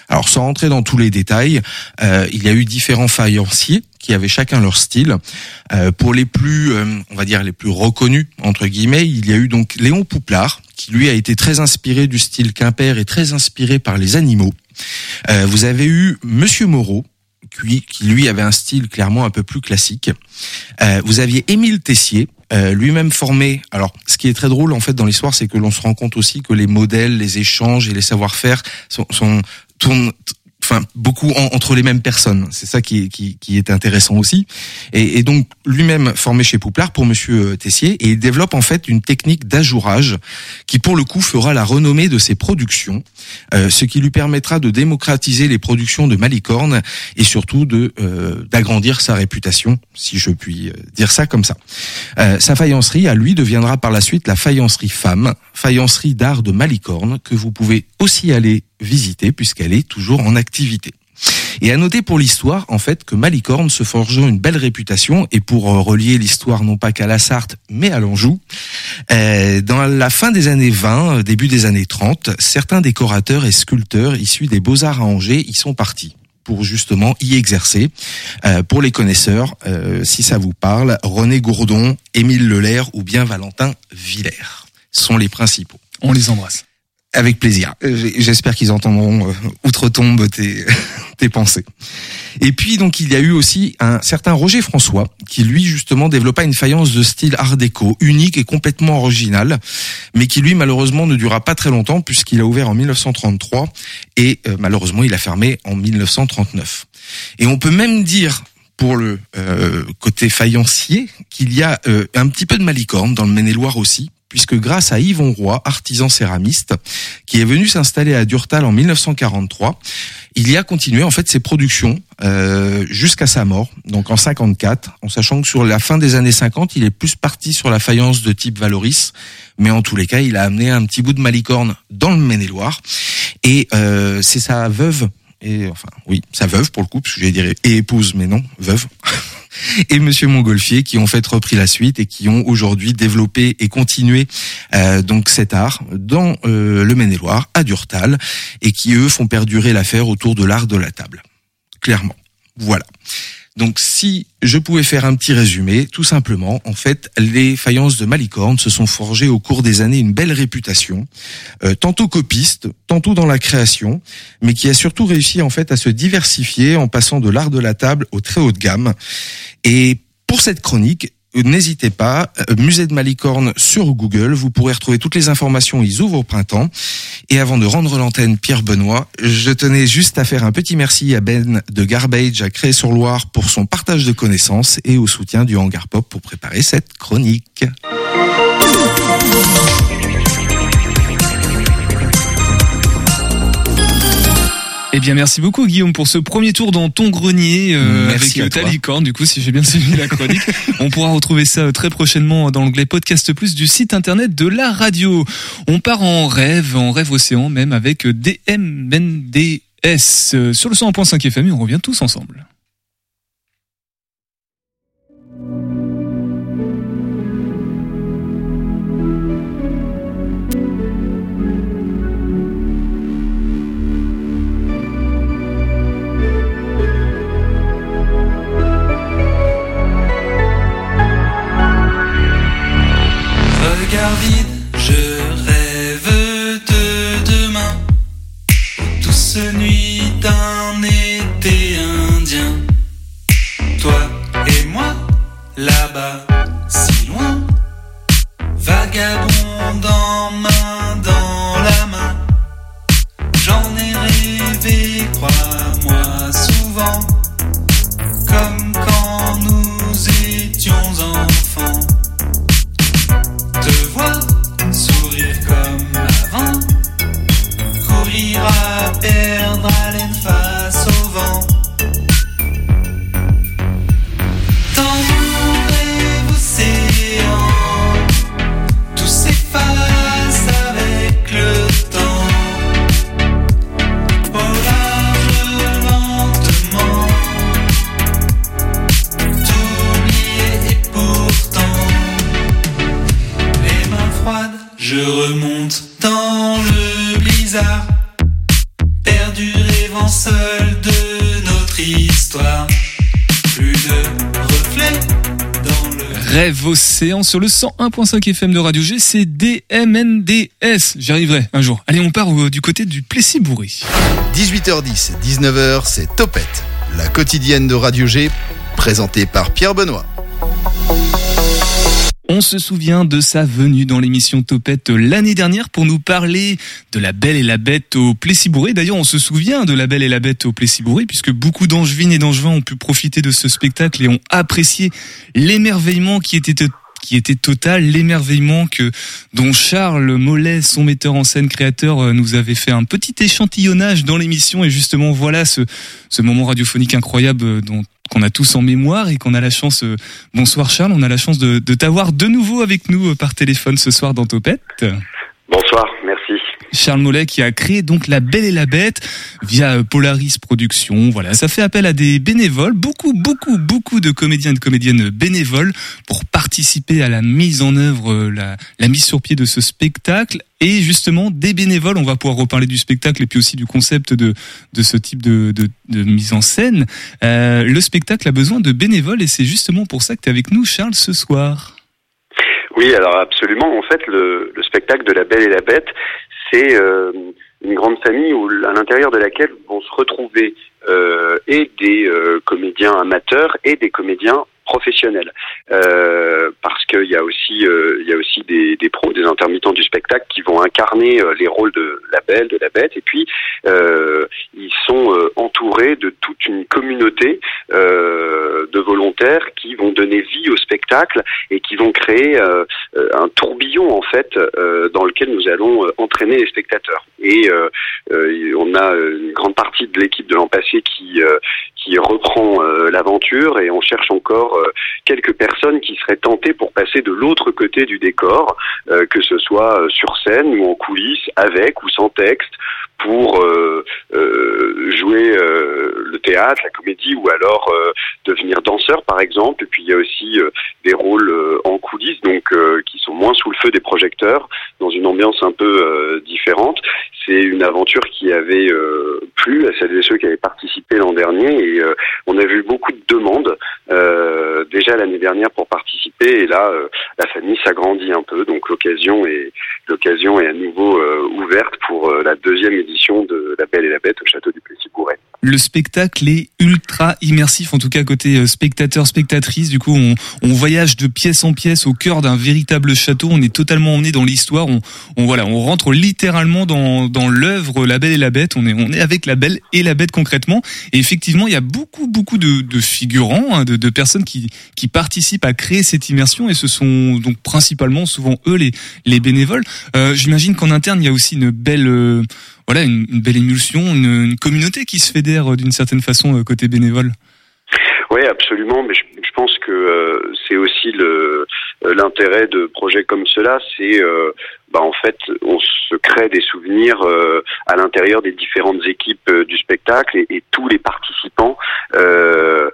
Alors sans rentrer dans tous les détails, euh, il y a eu différents faïenciers qui avaient chacun leur style. Euh, pour les plus, euh, on va dire les plus reconnus entre guillemets, il y a eu donc Léon Pouplard, qui lui a été très inspiré du style Quimper et très inspiré par les animaux. Euh, vous avez eu Monsieur Moreau, qui, qui lui avait un style clairement un peu plus classique. Euh, vous aviez Émile Tessier, euh, lui-même formé. Alors, ce qui est très drôle en fait dans l'histoire, c'est que l'on se rend compte aussi que les modèles, les échanges et les savoir-faire sont, sont tournent enfin beaucoup en, entre les mêmes personnes. C'est ça qui est, qui, qui est intéressant aussi. Et, et donc lui-même formé chez Pouplard pour Monsieur Tessier, et il développe en fait une technique d'ajourage qui pour le coup fera la renommée de ses productions, euh, ce qui lui permettra de démocratiser les productions de Malicorne et surtout de euh, d'agrandir sa réputation, si je puis dire ça comme ça. Euh, sa faïencerie à lui deviendra par la suite la faïencerie Femme, faïencerie d'art de Malicorne, que vous pouvez aussi aller visiter puisqu'elle est toujours en activité. Et à noter pour l'histoire, en fait, que Malicorne se forgeant une belle réputation, et pour relier l'histoire non pas qu'à la Sarthe, mais à l'Anjou, euh, dans la fin des années vingt, début des années trente, certains décorateurs et sculpteurs issus des Beaux-Arts à Angers y sont partis pour justement y exercer. Euh, pour les connaisseurs, euh, si ça vous parle, René Gourdon, Émile Lelaire ou bien Valentin Villers sont les principaux. On les embrasse. Avec plaisir. J'espère qu'ils entendront euh, outre-tombe tes, tes pensées. Et puis donc il y a eu aussi un certain Roger François qui lui justement développa une faïence de style art déco unique et complètement originale, mais qui lui malheureusement ne dura pas très longtemps puisqu'il a ouvert en mille neuf cent trente-trois et euh, malheureusement il a fermé en mille neuf cent trente-neuf. Et on peut même dire pour le euh, côté faïencier qu'il y a euh, un petit peu de Malicorne dans le Maine-et-Loire aussi, puisque grâce à Yvon Roy, artisan céramiste, qui est venu s'installer à Durtal en mille neuf cent quarante-trois, il y a continué en fait ses productions euh, jusqu'à sa mort, donc en cinquante-quatre, en sachant que sur la fin des années cinquante, il est plus parti sur la faïence de type Valoris, mais en tous les cas, il a amené un petit bout de Malicorne dans le Maine-et-Loire, et euh, c'est sa veuve, et enfin oui, sa veuve pour le coup, parce que j'allais dire et épouse, mais non, veuve. Et Monsieur Montgolfier qui ont fait repris la suite et qui ont aujourd'hui développé et continué euh, donc cet art dans euh, le Maine-et-Loire, à Durtal, et qui eux font perdurer l'affaire autour de l'art de la table. Clairement. Voilà. Donc si je pouvais faire un petit résumé, tout simplement, en fait, les faïences de Malicorne se sont forgées au cours des années une belle réputation, euh, tantôt copiste, tantôt dans la création, mais qui a surtout réussi en fait à se diversifier en passant de l'art de la table au très haut de gamme. Et pour cette chronique, n'hésitez pas, Musée de Malicorne sur Google, vous pourrez retrouver toutes les informations, ils ouvrent au printemps. Et avant de rendre l'antenne Pierre Benoît, je tenais juste à faire un petit merci à Ben de Garbage à Cré-sur-Loire pour son partage de connaissances et au soutien du Hangar Pop pour préparer cette chronique. Eh bien, merci beaucoup Guillaume pour ce premier tour dans ton grenier euh, avec euh, ta licorne. Du coup, si j'ai bien suivi la chronique, on pourra retrouver ça très prochainement dans l'onglet Podcast Plus du site internet de la radio. On part en rêve, en rêve océan même avec D M N D S sur le cent un point cinq F M. Et on revient tous ensemble. Regard vide, je rêve de demain, douce nuit d'un été indien. Toi et moi, là-bas, si loin, vagabondant main dans la main. J'en ai rêvé, crois-moi, souvent, comme quand nous étions enfants. Te voir sourire comme avant, courir à perdre haleine face au vent. Dans mon rêve vent seul de notre histoire. Plus de reflets dans le... Rêve Océan sur le cent un virgule cinq F M de Radio G, c'est D M N D S. J'y arriverai un jour. Allez, on part du côté du Plessis-Bourré. dix-huit heures dix, dix-neuf heures, c'est Topette, la quotidienne de Radio G, présentée par Pierre Benoît. On se souvient de sa venue dans l'émission Topette l'année dernière pour nous parler de La Belle et la Bête au Plessis-Bourré. D'ailleurs, on se souvient de La Belle et la Bête au Plessis-Bourré puisque beaucoup d'Angevines et d'Angevins ont pu profiter de ce spectacle et ont apprécié l'émerveillement qui était qui était total, l'émerveillement que dont Charles Mollet, son metteur en scène créateur, nous avait fait un petit échantillonnage dans l'émission. Et justement, voilà ce ce moment radiophonique incroyable dont qu'on a tous en mémoire et qu'on a la chance, euh, bonsoir Charles, on a la chance de, de t'avoir de nouveau avec nous euh, par téléphone ce soir dans Topette. Bonsoir, merci. Charles Mollet qui a créé donc La Belle et la Bête via euh, Polaris Productions. Voilà, ça fait appel à des bénévoles, beaucoup, beaucoup, beaucoup de comédiens et de comédiennes bénévoles pour participer à la mise en œuvre, euh, la, la mise sur pied de ce spectacle. Et justement, des bénévoles, on va pouvoir reparler du spectacle et puis aussi du concept de de ce type de de, de mise en scène. Euh, le spectacle a besoin de bénévoles et c'est justement pour ça que tu es avec nous, Charles, ce soir. Oui, alors absolument. En fait, le, le spectacle de La Belle et la Bête, c'est euh, une grande famille où, à l'intérieur de laquelle vont se retrouver euh, et des euh, comédiens amateurs et des comédiens professionnels, euh, parce qu'il y a aussi euh, il y a aussi des, des pros, des intermittents du spectacle qui vont incarner euh, les rôles de la Belle, de la Bête, et puis euh, ils sont euh, entourés de toute une communauté euh, de volontaires qui vont donner vie au spectacle et qui vont créer euh, un tourbillon en fait euh, dans lequel nous allons euh, entraîner les spectateurs. Et euh, euh, on a une grande partie de l'équipe de l'an passé qui euh, qui reprend euh, l'aventure et on cherche encore euh, quelques personnes qui seraient tentées pour passer de l'autre côté du décor, euh, que ce soit sur scène ou en coulisses, avec ou sans texte, pour euh, euh, jouer euh, le théâtre, la comédie, ou alors euh, devenir danseur par exemple. Et puis il y a aussi euh, des rôles euh, en coulisses, donc euh, qui sont moins sous le feu des projecteurs, dans une ambiance un peu euh, différente. C'est une aventure qui avait euh, plu à celles et ceux qui avaient participé l'an dernier, et euh, on a vu beaucoup de demandes euh, déjà l'année dernière pour participer, et là euh, la famille s'agrandit un peu, donc l'occasion est l'occasion est à nouveau euh, ouverte pour euh, la deuxième édition de La Belle et la Bête au château du Plessis-Bourré. Le spectacle est ultra immersif, en tout cas côté spectateur, spectatrice. Du coup, on, on voyage de pièce en pièce au cœur d'un véritable château. On est totalement emmené dans l'histoire. On, on voilà, on rentre littéralement dans dans l'œuvre La Belle et la Bête. On est on est avec La Belle et la Bête concrètement. Et effectivement, il y a beaucoup beaucoup de, de figurants, hein, de, de personnes qui qui participent à créer cette immersion. Et ce sont donc principalement souvent eux les les bénévoles. Euh, j'imagine qu'en interne, il y a aussi une belle euh, Voilà, une, une belle émulsion, une, une communauté qui se fédère d'une certaine façon côté bénévole. Oui, absolument. Mais je, je pense que euh, c'est aussi le l'intérêt de projets comme cela, c'est euh, bah en fait on se crée des souvenirs euh, à l'intérieur des différentes équipes euh, du spectacle et, et tous les participants. Euh,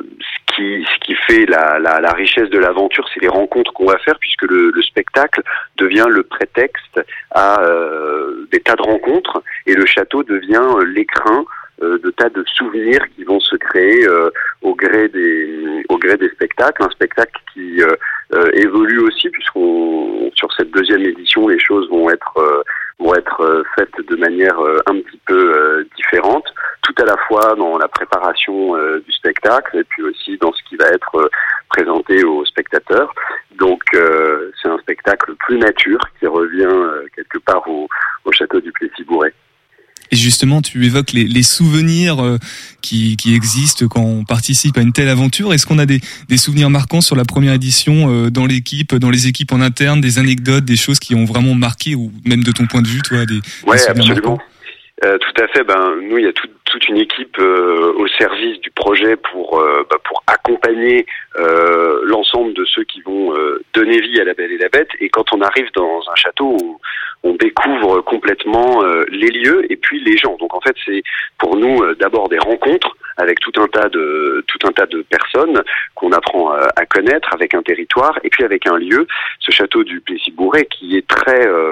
ce qui ce qui fait la la, la richesse de l'aventure, c'est les rencontres qu'on va faire, puisque le, le spectacle devient le prétexte à euh, des tas de rencontres et le château devient euh, l'écrin euh, de tas de souvenirs qui vont se créer euh, au gré des au gré des spectacles. Un spectacle qui euh, euh, évolue aussi, puisqu'on sur cette deuxième édition les choses vont être euh, vont être euh, faites de manière euh, un petit peu euh, différente, tout à la fois dans la préparation euh, du spectacle et puis aussi dans ce qui va être euh, présenté aux spectateurs. Donc euh, c'est un spectacle plus nature qui revient euh, quelque part au, au château du Plessis-Bourré. Et justement, tu évoques les, les souvenirs euh, qui, qui existent quand on participe à une telle aventure. Est-ce qu'on a des, des souvenirs marquants sur la première édition euh, dans l'équipe, dans les équipes en interne, des anecdotes, des choses qui ont vraiment marqué, ou même de ton point de vue, toi, des, ouais, des souvenirs absolument. marquants? Euh, tout à fait. Ben nous, il y a tout, toute une équipe euh, au service du projet pour euh, bah, pour accompagner euh, l'ensemble de ceux qui vont euh, donner vie à La Belle et la Bête. Et quand on arrive dans un château, on, on découvre complètement euh, les lieux et puis les gens. Donc en fait, c'est pour nous euh, d'abord des rencontres avec tout un tas de tout un tas de personnes qu'on apprend à, à connaître, avec un territoire et puis avec un lieu, ce château du Plessis-Bourret qui est très euh,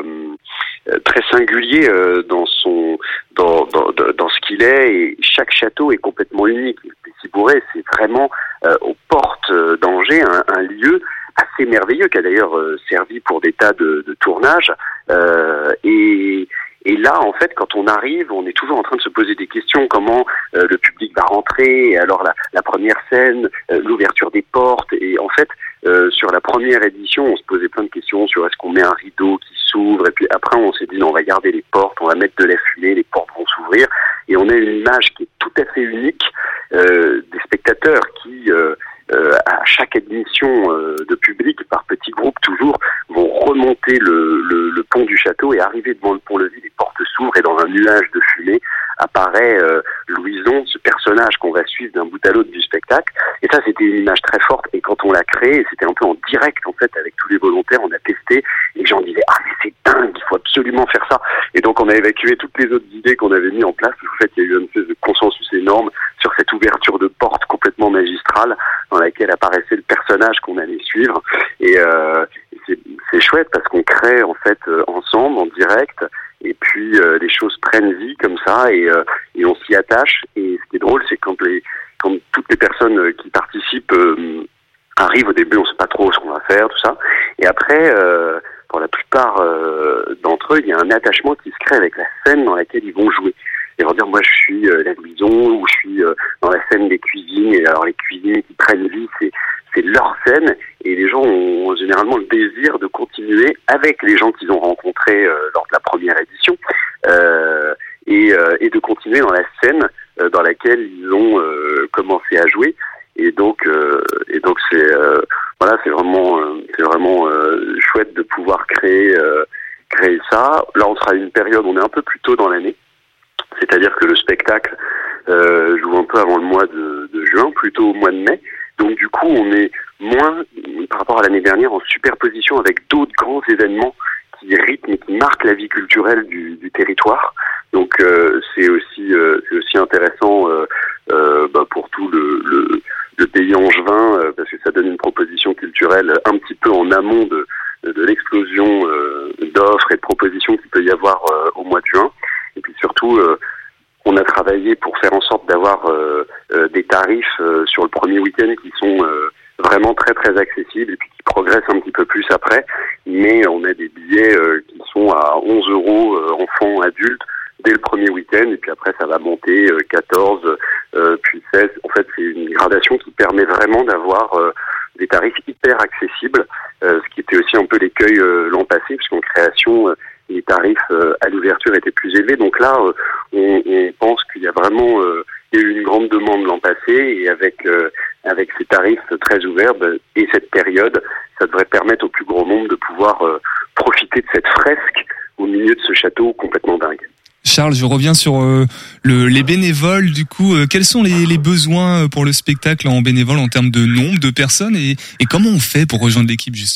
très singulier euh, dans son dans, dans dans ce qu'il est, et chaque château est complètement unique. Le Plessis-Bourret, c'est vraiment euh, aux portes d'Angers un, un lieu assez merveilleux qui a d'ailleurs euh, servi pour des tas de, de tournages euh, et Et là, en fait, quand on arrive, on est toujours en train de se poser des questions. Comment euh, le public va rentrer? Et alors la, la première scène, euh, l'ouverture des portes. Et en fait, euh, sur la première édition, on se posait plein de questions sur est-ce qu'on met un rideau qui s'ouvre. Et puis après, on s'est dit non, on va garder les portes, on va mettre de la fumée, les portes vont s'ouvrir. Et on a une image qui est tout à fait unique euh, des spectateurs qui... Euh, Euh, à chaque admission euh, de public, par petits groupes toujours, vont remonter le, le, le pont du château et arriver devant le pont-levis, les portes s'ouvrent et dans un nuage de fumée apparaît euh, Louison, ce personnage qu'on va suivre d'un bout à l'autre du spectacle. Et ça, c'était une image très forte. Et quand on l'a créé, c'était un peu en direct, en fait, avec tous les volontaires, on a testé. Et les gens disaient, ah, mais c'est dingue, il faut absolument faire ça. Et donc, on a évacué toutes les autres idées qu'on avait mis en place. En fait, il y a eu une espèce de consensus énorme sur cette ouverture de porte complètement magistrale dans laquelle apparaissait le personnage qu'on allait suivre. Et euh, c'est, c'est chouette parce qu'on crée, en fait, euh, ensemble, en direct. Et puis euh, les choses prennent vie comme ça et, euh, et on s'y attache. Et ce qui est drôle, c'est quand, les, quand toutes les personnes qui participent euh, arrivent, au début on ne sait pas trop ce qu'on va faire, tout ça. Et après, euh, pour la plupart euh, d'entre eux, il y a un attachement qui se crée avec la scène dans laquelle ils vont jouer. Ils vont dire, moi je suis euh, la Louison, ou je suis euh, dans la scène des cuisines. Et alors les cuisines qui prennent vie, c'est, c'est leur scène. Et les gens ont généralement le désir de continuer avec les gens qu'ils ont rencontrés euh, lors de la première édition euh, et, euh, et de continuer dans la scène euh, dans laquelle ils ont euh, commencé à jouer. Et donc, euh, et donc c'est euh, voilà, c'est vraiment, euh, c'est vraiment euh, chouette de pouvoir créer euh, créer ça. Là, on sera à une période, on est un peu plus tôt dans l'année, c'est-à-dire que le spectacle euh, joue un peu avant le mois de, de juin, plutôt au mois de mai. Donc du coup, on est moins, par rapport à l'année dernière, en superposition avec d'autres grands événements qui rythment et qui marquent la vie culturelle du, du territoire. Donc euh, c'est aussi euh, c'est aussi intéressant euh, euh, bah, pour tout le, le, le pays angevin euh, parce que ça donne une proposition culturelle un petit peu en amont de, de l'explosion euh, d'offres et de propositions qu'il peut y avoir euh, au mois de juin. Et puis surtout, euh, on a travaillé pour faire en sorte d'avoir euh, euh, des tarifs euh, sur le premier week-end qui sont euh, vraiment très très accessibles et puis qui progressent un petit peu plus après. Mais on a des billets euh, qui sont à onze euros euh, enfants, adultes, dès le premier week-end. Et puis après, ça va monter euh, quatorze, euh, puis seize. En fait, c'est une gradation qui permet vraiment d'avoir euh, des tarifs hyper accessibles, euh, ce qui était aussi un peu l'écueil euh, l'an passé, puisqu'en création... Euh, les tarifs euh, à l'ouverture étaient plus élevés. Donc là, euh, on, on pense qu'il y a vraiment euh, il y a eu une grande demande l'an passé et avec euh, avec ces tarifs très ouverts bah, et cette période, ça devrait permettre au plus grand nombre de pouvoir euh, profiter de cette fresque au milieu de ce château complètement dingue. Charles, je reviens sur euh, le, les bénévoles. Du coup, euh, quels sont les, les besoins pour le spectacle en bénévoles en termes de nombre de personnes et, et comment on fait pour rejoindre l'équipe justement ?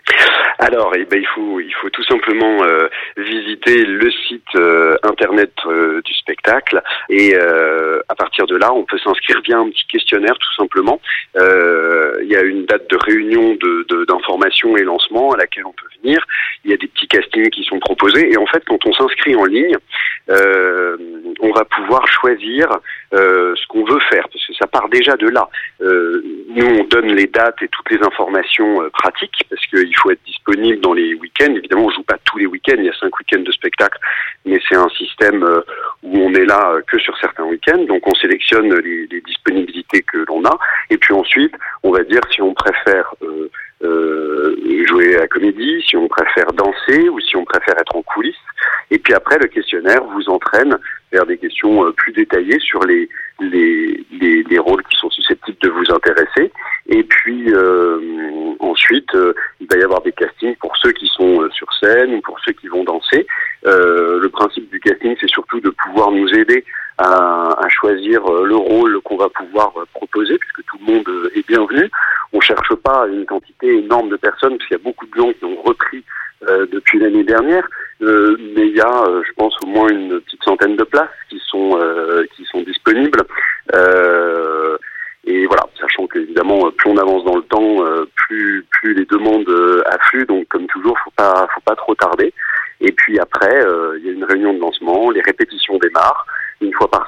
Alors, eh ben, il faut il faut tout simplement euh, visiter le site euh, internet euh, du spectacle et euh, à partir de là, on peut s'inscrire via un petit questionnaire tout simplement. Euh, il y a une date de réunion de, de d'information et lancement à laquelle on peut venir. Il y a des petits castings qui sont proposés et en fait, quand on s'inscrit en ligne, euh, on va pouvoir choisir euh, ce qu'on veut faire parce que ça part déjà de là. Euh, nous, on donne les dates et toutes les informations euh, pratiques parce qu'il faut être disponible dans les week-ends. Évidemment, on joue pas tous les week-ends. Il y a cinq week-ends de spectacle, mais c'est un système euh, où on est là euh, que sur certains week-ends. Donc, on sélectionne les, les disponibilités que l'on a. Et puis ensuite, on va dire si on préfère euh, euh, jouer à la comédie, si on préfère danser ou si on préfère être en coulisses. Et puis après, le questionnaire vous entraîne vers des questions euh, plus détaillées sur les, les, les, les rôles qui sont susceptibles de vous intéresser. Et puis euh, ensuite, euh, il va y avoir des castings pour ceux qui sont euh, sur scène ou pour ceux qui vont danser. Euh, le principe du casting, c'est surtout de pouvoir nous aider à, à choisir euh, le rôle qu'on va pouvoir euh, proposer, puisque tout le monde euh, est bienvenu. On cherche pas une quantité énorme de personnes, parce qu'il y a beaucoup de gens qui ont repris euh, depuis l'année dernière. Euh, mais il y a, euh, je pense, au moins une petite centaine de places qui sont euh, qui sont disponibles. Euh,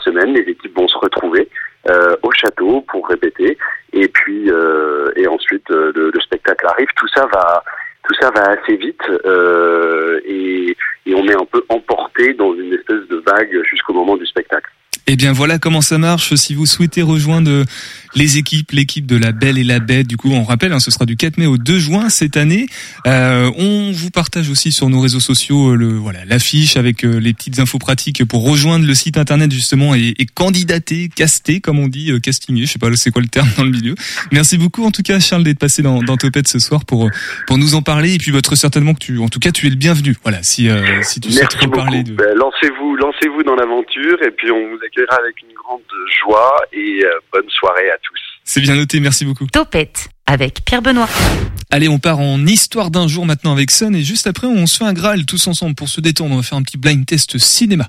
semaine, les équipes vont se retrouver euh, au château pour répéter. Et puis, euh, et ensuite, euh, le, le spectacle arrive. Tout ça va, tout ça va assez vite euh, et, et on est un peu emporté dans une espèce de vague jusqu'au moment du spectacle. Eh bien voilà comment ça marche. Si vous souhaitez rejoindre les équipes, l'équipe de La Belle et la Bête, du coup on rappelle, hein, ce sera du quatre mai au deux juin cette année. Euh, on vous partage aussi sur nos réseaux sociaux le voilà l'affiche avec euh, les petites infos pratiques pour rejoindre le site internet justement et, et candidater, caster comme on dit, euh, castinguer. Je sais pas c'est quoi le terme dans le milieu. Merci beaucoup en tout cas Charles d'être passé dans, dans Topette ce soir pour pour nous en parler et puis bah, très certainement que tu, en tout cas tu es le bienvenu. Voilà si euh, si tu souhaites reparler de. Ben, lancez-vous, lancez-vous dans l'aventure et puis on vous accueillera avec une grande joie et euh, bonne soirée à tous. C'est bien noté, merci beaucoup. Topette avec Pierre Benoît. Allez, on part en histoire d'un jour maintenant avec Sun et juste après on se fait un Graal tous ensemble pour se détendre. On va faire un petit blind test cinéma.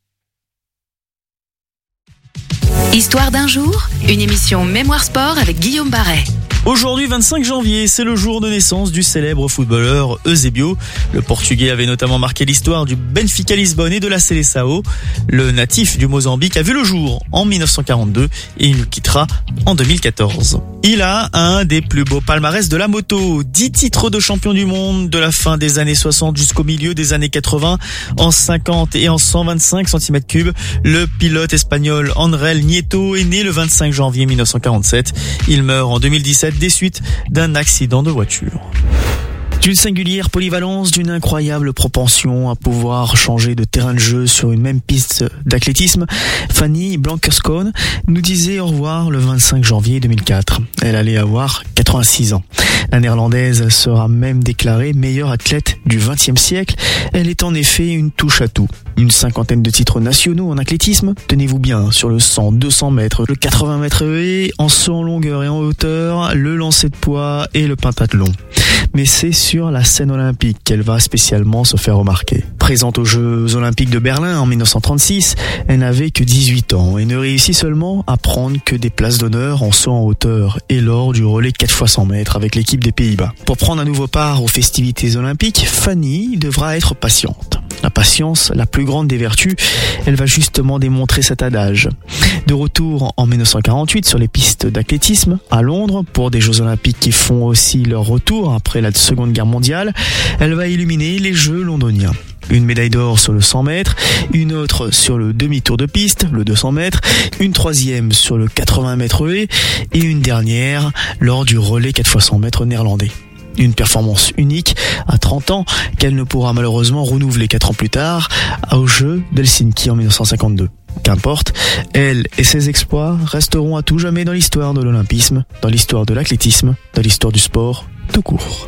Histoire d'un jour, une émission Mémoire Sport avec Guillaume Barret. Aujourd'hui, vingt-cinq janvier, c'est le jour de naissance du célèbre footballeur Eusébio. Le Portugais avait notamment marqué l'histoire du Benfica Lisbonne et de la Seleção. Le natif du Mozambique a vu le jour en mille neuf cent quarante-deux et il nous quittera en deux mille quatorze. Il a un des plus beaux palmarès de la moto. dix titres de champion du monde de la fin des années soixante jusqu'au milieu des années quatre-vingts en cinquante et en cent vingt-cinq centimètres cubes. Le pilote espagnol Andrés Nieto est né le vingt-cinq janvier mille neuf cent quarante-sept. Il meurt en deux mille dix-sept des suites d'un accident de voiture. D'une singulière polyvalence, d'une incroyable propension à pouvoir changer de terrain de jeu sur une même piste d'athlétisme, Fanny Blankers-Koen nous disait au revoir le vingt-cinq janvier deux mille quatre. Elle allait avoir quatre-vingt-six ans. La néerlandaise sera même déclarée meilleure athlète du vingtième siècle. Elle est en effet une touche à tout. Une cinquantaine de titres nationaux en athlétisme, tenez-vous bien, sur le cent, deux cents mètres, le quatre-vingts mètres haies, en saut en longueur et en hauteur, le lancer de poids et le pentathlon. Mais c'est sur la scène olympique qu'elle va spécialement se faire remarquer. Présente aux Jeux Olympiques de Berlin en mille neuf cent trente-six, elle n'avait que dix-huit ans et ne réussit seulement à prendre que des places d'honneur en saut en hauteur et lors du relais quatre fois cent mètres avec l'équipe des Pays-Bas. Pour prendre à nouveau part aux festivités olympiques, Fanny devra être patiente. La patience, la plus grande des vertus, elle va justement démontrer cet adage. De retour en mille neuf cent quarante-huit sur les pistes d'athlétisme à Londres pour des Jeux Olympiques qui font aussi leur retour après la Seconde Guerre mondiale, elle va illuminer les Jeux londoniens. Une médaille d'or sur le cent mètres, une autre sur le demi-tour de piste, le deux cents mètres, une troisième sur le quatre-vingts mètres haies et une dernière lors du relais quatre fois cent mètres néerlandais. Une performance unique à trente ans qu'elle ne pourra malheureusement renouveler quatre ans plus tard aux Jeux d'Helsinki en mille neuf cent cinquante-deux. Qu'importe, elle et ses exploits resteront à tout jamais dans l'histoire de l'olympisme, dans l'histoire de l'athlétisme, dans l'histoire du sport tout court.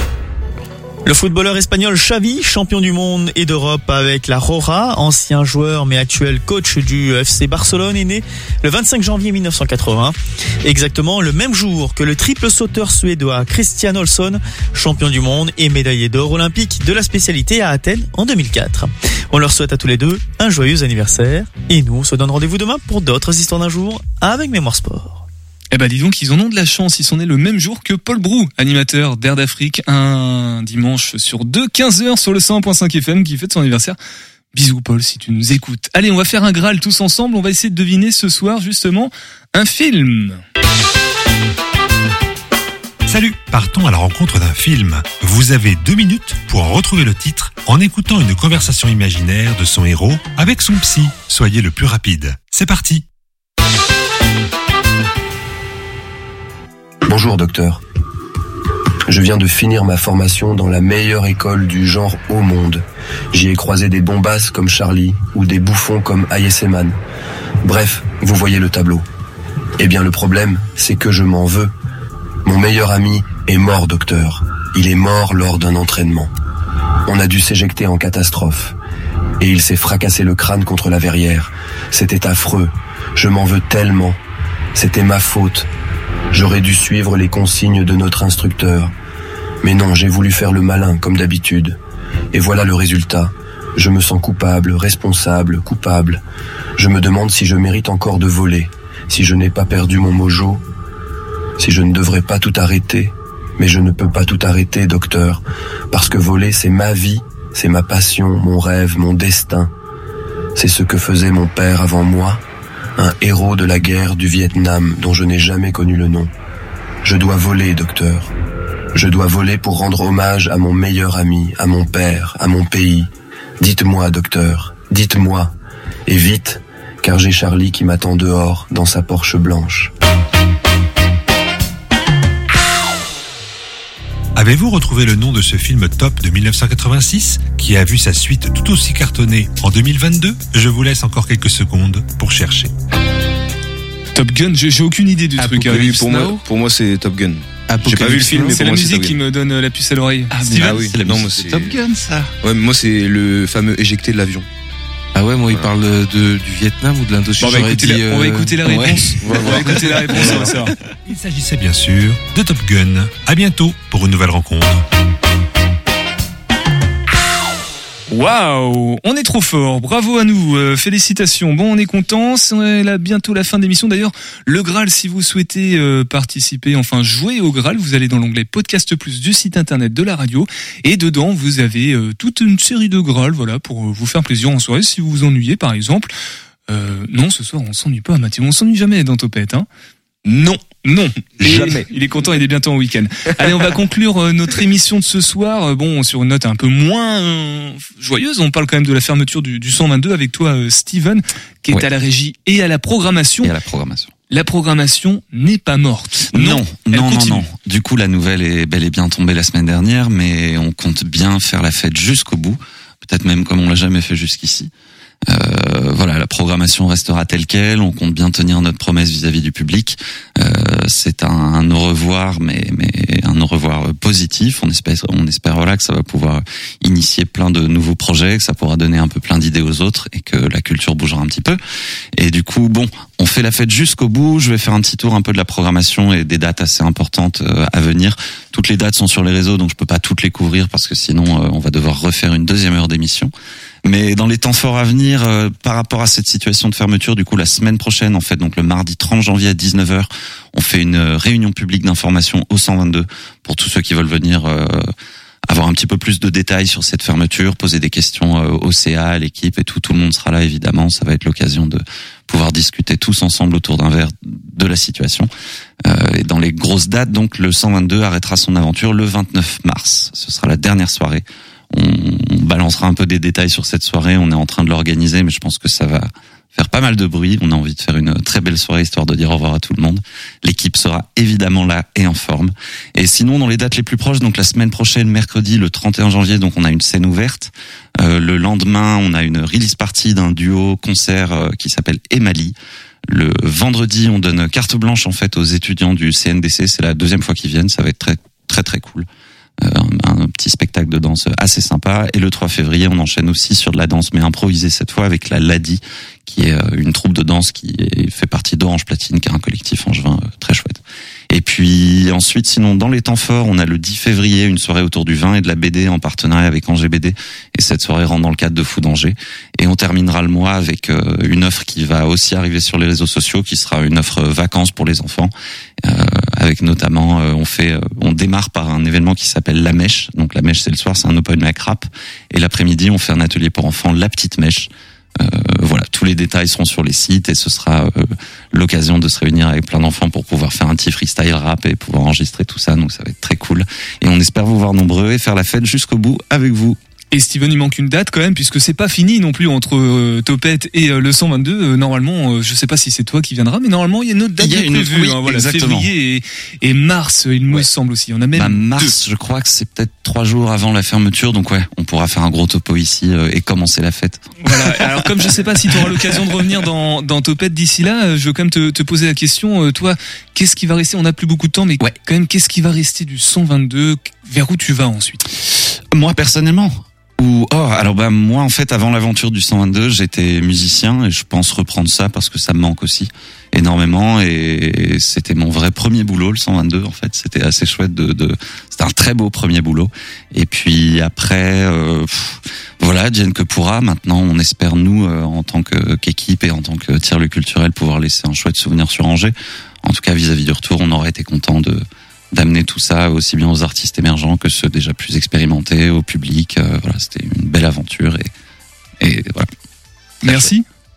Le footballeur espagnol Xavi, champion du monde et d'Europe avec la Roja, ancien joueur mais actuel coach du F C Barcelone, est né le vingt-cinq janvier mille neuf cent quatre-vingts. Exactement le même jour que le triple sauteur suédois Christian Olsson, champion du monde et médaillé d'or olympique de la spécialité à Athènes en deux mille quatre. On leur souhaite à tous les deux un joyeux anniversaire et nous on se donne rendez-vous demain pour d'autres histoires d'un jour avec Mémoire Sport. Eh ben dis donc, ils en ont de la chance, ils sont nés le même jour que Paul Brou, animateur d'Air d'Afrique, un dimanche sur deux, quinze heures sur le cent un point cinq F M qui fête son anniversaire. Bisous Paul si tu nous écoutes. Allez, on va faire un Graal tous ensemble, on va essayer de deviner ce soir justement un film. Salut, partons à la rencontre d'un film. Vous avez deux minutes pour en retrouver le titre en écoutant une conversation imaginaire de son héros avec son psy. Soyez le plus rapide. C'est parti. Bonjour docteur. Je viens de finir ma formation dans la meilleure école du genre au monde. J'y ai croisé des bombasses comme Charlie ou des bouffons comme Ayeseman. Bref, vous voyez le tableau. Eh bien le problème, c'est que je m'en veux. Mon meilleur ami est mort docteur. Il est mort lors d'un entraînement. On a dû s'éjecter en catastrophe. Et il s'est fracassé le crâne contre la verrière. C'était affreux. Je m'en veux tellement. C'était ma faute. J'aurais dû suivre les consignes de notre instructeur. Mais non, j'ai voulu faire le malin, comme d'habitude. Et voilà le résultat. Je me sens coupable, responsable, coupable. Je me demande si je mérite encore de voler, si je n'ai pas perdu mon mojo, si je ne devrais pas tout arrêter. Mais je ne peux pas tout arrêter, docteur, parce que voler, c'est ma vie, c'est ma passion, mon rêve, mon destin. C'est ce que faisait mon père avant moi, un héros de la guerre du Vietnam dont je n'ai jamais connu le nom. Je dois voler, docteur. Je dois voler pour rendre hommage à mon meilleur ami, à mon père, à mon pays. Dites-moi, docteur, dites-moi. Et vite, car j'ai Charlie qui m'attend dehors, dans sa Porsche blanche. Avez-vous retrouvé le nom de ce film Top de mille neuf cent quatre-vingt-six qui a vu sa suite tout aussi cartonnée en deux mille vingt-deux? Je vous laisse encore quelques secondes pour chercher. Top Gun, j'ai, j'ai aucune idée du truc. Oui, pour moi, pour moi c'est Top Gun. J'ai pas vu le film, mais c'est pour la moi, musique c'est qui me donne la puce à l'oreille. Ah, Steven, ah oui, c'est la non, musique moi, de c'est Top Gun, ça. Ouais, mais moi c'est le fameux éjecté de l'avion. Ah ouais, moi il parle de, du Vietnam ou de l'Indochine. Bon, on, va dit, la, on va écouter la réponse. Ouais. On va écouter la réponse, on va savoir. Il s'agissait bien sûr de Top Gun. À bientôt pour une nouvelle rencontre. Waouh, on est trop fort, bravo à nous, euh, félicitations. Bon, on est content, c'est là bientôt la fin de l'émission. D'ailleurs, le Graal, si vous souhaitez euh, participer, enfin jouer au Graal, vous allez dans l'onglet Podcast Plus du site internet de la radio et dedans vous avez euh, toute une série de Graal, voilà, pour vous faire plaisir en soirée si vous vous ennuyez par exemple. Euh, non, ce soir on s'ennuie pas, Mathieu, on s'ennuie jamais dans Topette, hein. Non, non, jamais. Il est content, il est bientôt en week-end. Allez, on va conclure euh, notre émission de ce soir. Bon, sur une note un peu moins euh, joyeuse, on parle quand même de la fermeture du, du cent vingt-deux avec toi, euh, Steven, qui est ouais. à la régie et à la programmation. Et à la programmation. La programmation n'est pas morte. Non, non, non, non. Du coup, la nouvelle est bel et bien tombée la semaine dernière, mais on compte bien faire la fête jusqu'au bout. Peut-être même comme on l'a jamais fait jusqu'ici. Euh, voilà, la programmation restera telle quelle. On compte bien tenir notre promesse vis-à-vis du public. Euh, c'est un, un au revoir, mais mais un au revoir positif. On espère, on espère voilà que ça va pouvoir initier plein de nouveaux projets, que ça pourra donner un peu plein d'idées aux autres et que la culture bougera un petit peu. Et du coup, bon, on fait la fête jusqu'au bout. Je vais faire un petit tour un peu de la programmation et des dates assez importantes à venir. Toutes les dates sont sur les réseaux, donc je peux pas toutes les couvrir parce que sinon on va devoir refaire une deuxième heure d'émission. Mais dans les temps forts à venir, euh, par rapport à cette situation de fermeture, du coup, la semaine prochaine, en fait, donc le mardi trente janvier à dix-neuf heures, on fait une réunion publique d'information au cent vingt-deux pour tous ceux qui veulent venir euh, avoir un petit peu plus de détails sur cette fermeture, poser des questions euh, au C A, à l'équipe et tout. Tout le monde sera là, évidemment. Ça va être l'occasion de pouvoir discuter tous ensemble autour d'un verre de la situation. Euh, et dans les grosses dates, donc, le cent vingt-deux arrêtera son aventure le vingt-neuf mars. Ce sera la dernière soirée. On balancera un peu des détails sur cette soirée, on est en train de l'organiser, mais je pense que ça va faire pas mal de bruit. On a envie de faire une très belle soirée, histoire de dire au revoir à tout le monde. L'équipe sera évidemment là et en forme. Et sinon, dans les dates les plus proches, donc la semaine prochaine, mercredi, le trente et un janvier, donc on a une scène ouverte. Euh, le lendemain, on a une release party d'un duo concert euh, qui s'appelle Emali. Le vendredi, on donne carte blanche en fait aux étudiants du C N D C. C'est la deuxième fois qu'ils viennent, ça va être très très très cool. Euh, un, un petit spectacle de danse assez sympa. Et le trois février, on enchaîne aussi sur de la danse, mais improvisée cette fois avec la Ladi, qui est une troupe de danse qui est, fait partie d'Orange Platine, qui est un collectif angevin euh, très chouette. Et puis ensuite, sinon, dans les temps forts, on a le dix février, une soirée autour du vin et de la B D en partenariat avec Angers B D. Et cette soirée rentre dans le cadre de Fou d'Angers. Et on terminera le mois avec euh, une offre qui va aussi arriver sur les réseaux sociaux, qui sera une offre vacances pour les enfants. Euh, avec notamment, euh, on fait, euh, on démarre par un événement qui s'appelle La Mèche. Donc la Mèche, c'est le soir, c'est un open mic rap. Et l'après-midi, on fait un atelier pour enfants, La Petite Mèche. Euh, voilà, tous les détails seront sur les sites et ce sera euh, l'occasion de se réunir avec plein d'enfants pour pouvoir faire un petit freestyle rap et pouvoir enregistrer tout ça. Donc ça va être très cool. Et on espère vous voir nombreux et faire la fête jusqu'au bout avec vous. Et Steven, il manque une date quand même, puisque c'est pas fini non plus entre euh, Topette et euh, le cent vingt-deux. Euh, normalement, euh, je sais pas si c'est toi qui viendras, mais normalement il y a une autre date il y a une prévue. oui, hein, voilà, exactement. Février et, et mars, il me ouais. semble aussi. On a même bah, mars, deux. Je crois que c'est peut-être trois jours avant la fermeture, donc ouais, on pourra faire un gros topo ici euh, et commencer la fête. Voilà. Alors comme je sais pas si tu auras l'occasion de revenir dans dans Topette d'ici là, euh, je veux quand même te, te poser la question. Euh, toi, qu'est-ce qui va rester? On a plus beaucoup de temps, mais ouais. quand même, qu'est-ce qui va rester du cent vingt-deux? Vers où tu vas ensuite? Moi personnellement. Ou oh alors bah moi en fait avant l'aventure du cent vingt-deux j'étais musicien et je pense reprendre ça parce que ça me manque aussi énormément et c'était mon vrai premier boulot le cent vingt-deux en fait c'était assez chouette de, de c'était un très beau premier boulot et puis après euh, pff, voilà Diane que pourra maintenant on espère nous euh, en tant que qu'équipe et en tant que tiers-lieu culturel pouvoir laisser un chouette souvenir sur Angers. En tout cas vis-à-vis du retour on aurait été content de d'amener tout ça aussi bien aux artistes émergents que ceux déjà plus expérimentés, au public. Euh, voilà, c'était une belle aventure et, et voilà. Merci.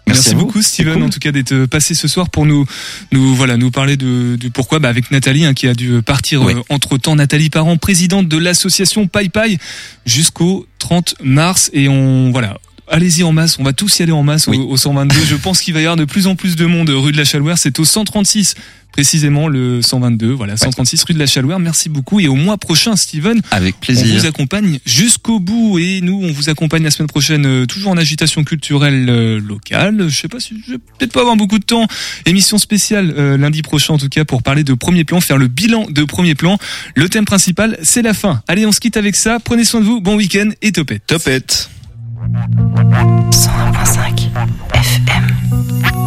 Merci, Merci beaucoup Steven cool. En tout cas d'être passé ce soir pour nous nous voilà nous parler de du pourquoi bah avec Nathalie hein, qui a dû partir oui. euh, entre-temps. Nathalie Parent, présidente de l'association Paille Paille jusqu'au trente mars et on voilà allez-y en masse, on va tous y aller en masse oui. au, au cent vingt-deux. Je pense qu'il va y avoir de plus en plus de monde rue de la Chalouère, c'est au cent trente-six précisément le cent vingt-deux, voilà, cent trente-six rue de la Chalouère. Merci beaucoup et au mois prochain, Steven. Avec plaisir. On vous accompagne jusqu'au bout et nous, on vous accompagne la semaine prochaine, euh, toujours en agitation culturelle euh, locale. Je sais pas si je vais peut-être pas avoir beaucoup de temps. Émission spéciale euh, lundi prochain en tout cas pour parler de Premier Plan, faire le bilan de Premier Plan. Le thème principal, c'est la fin. Allez, on se quitte avec ça. Prenez soin de vous. Bon week-end et topette. Topette. cent un virgule cinq F M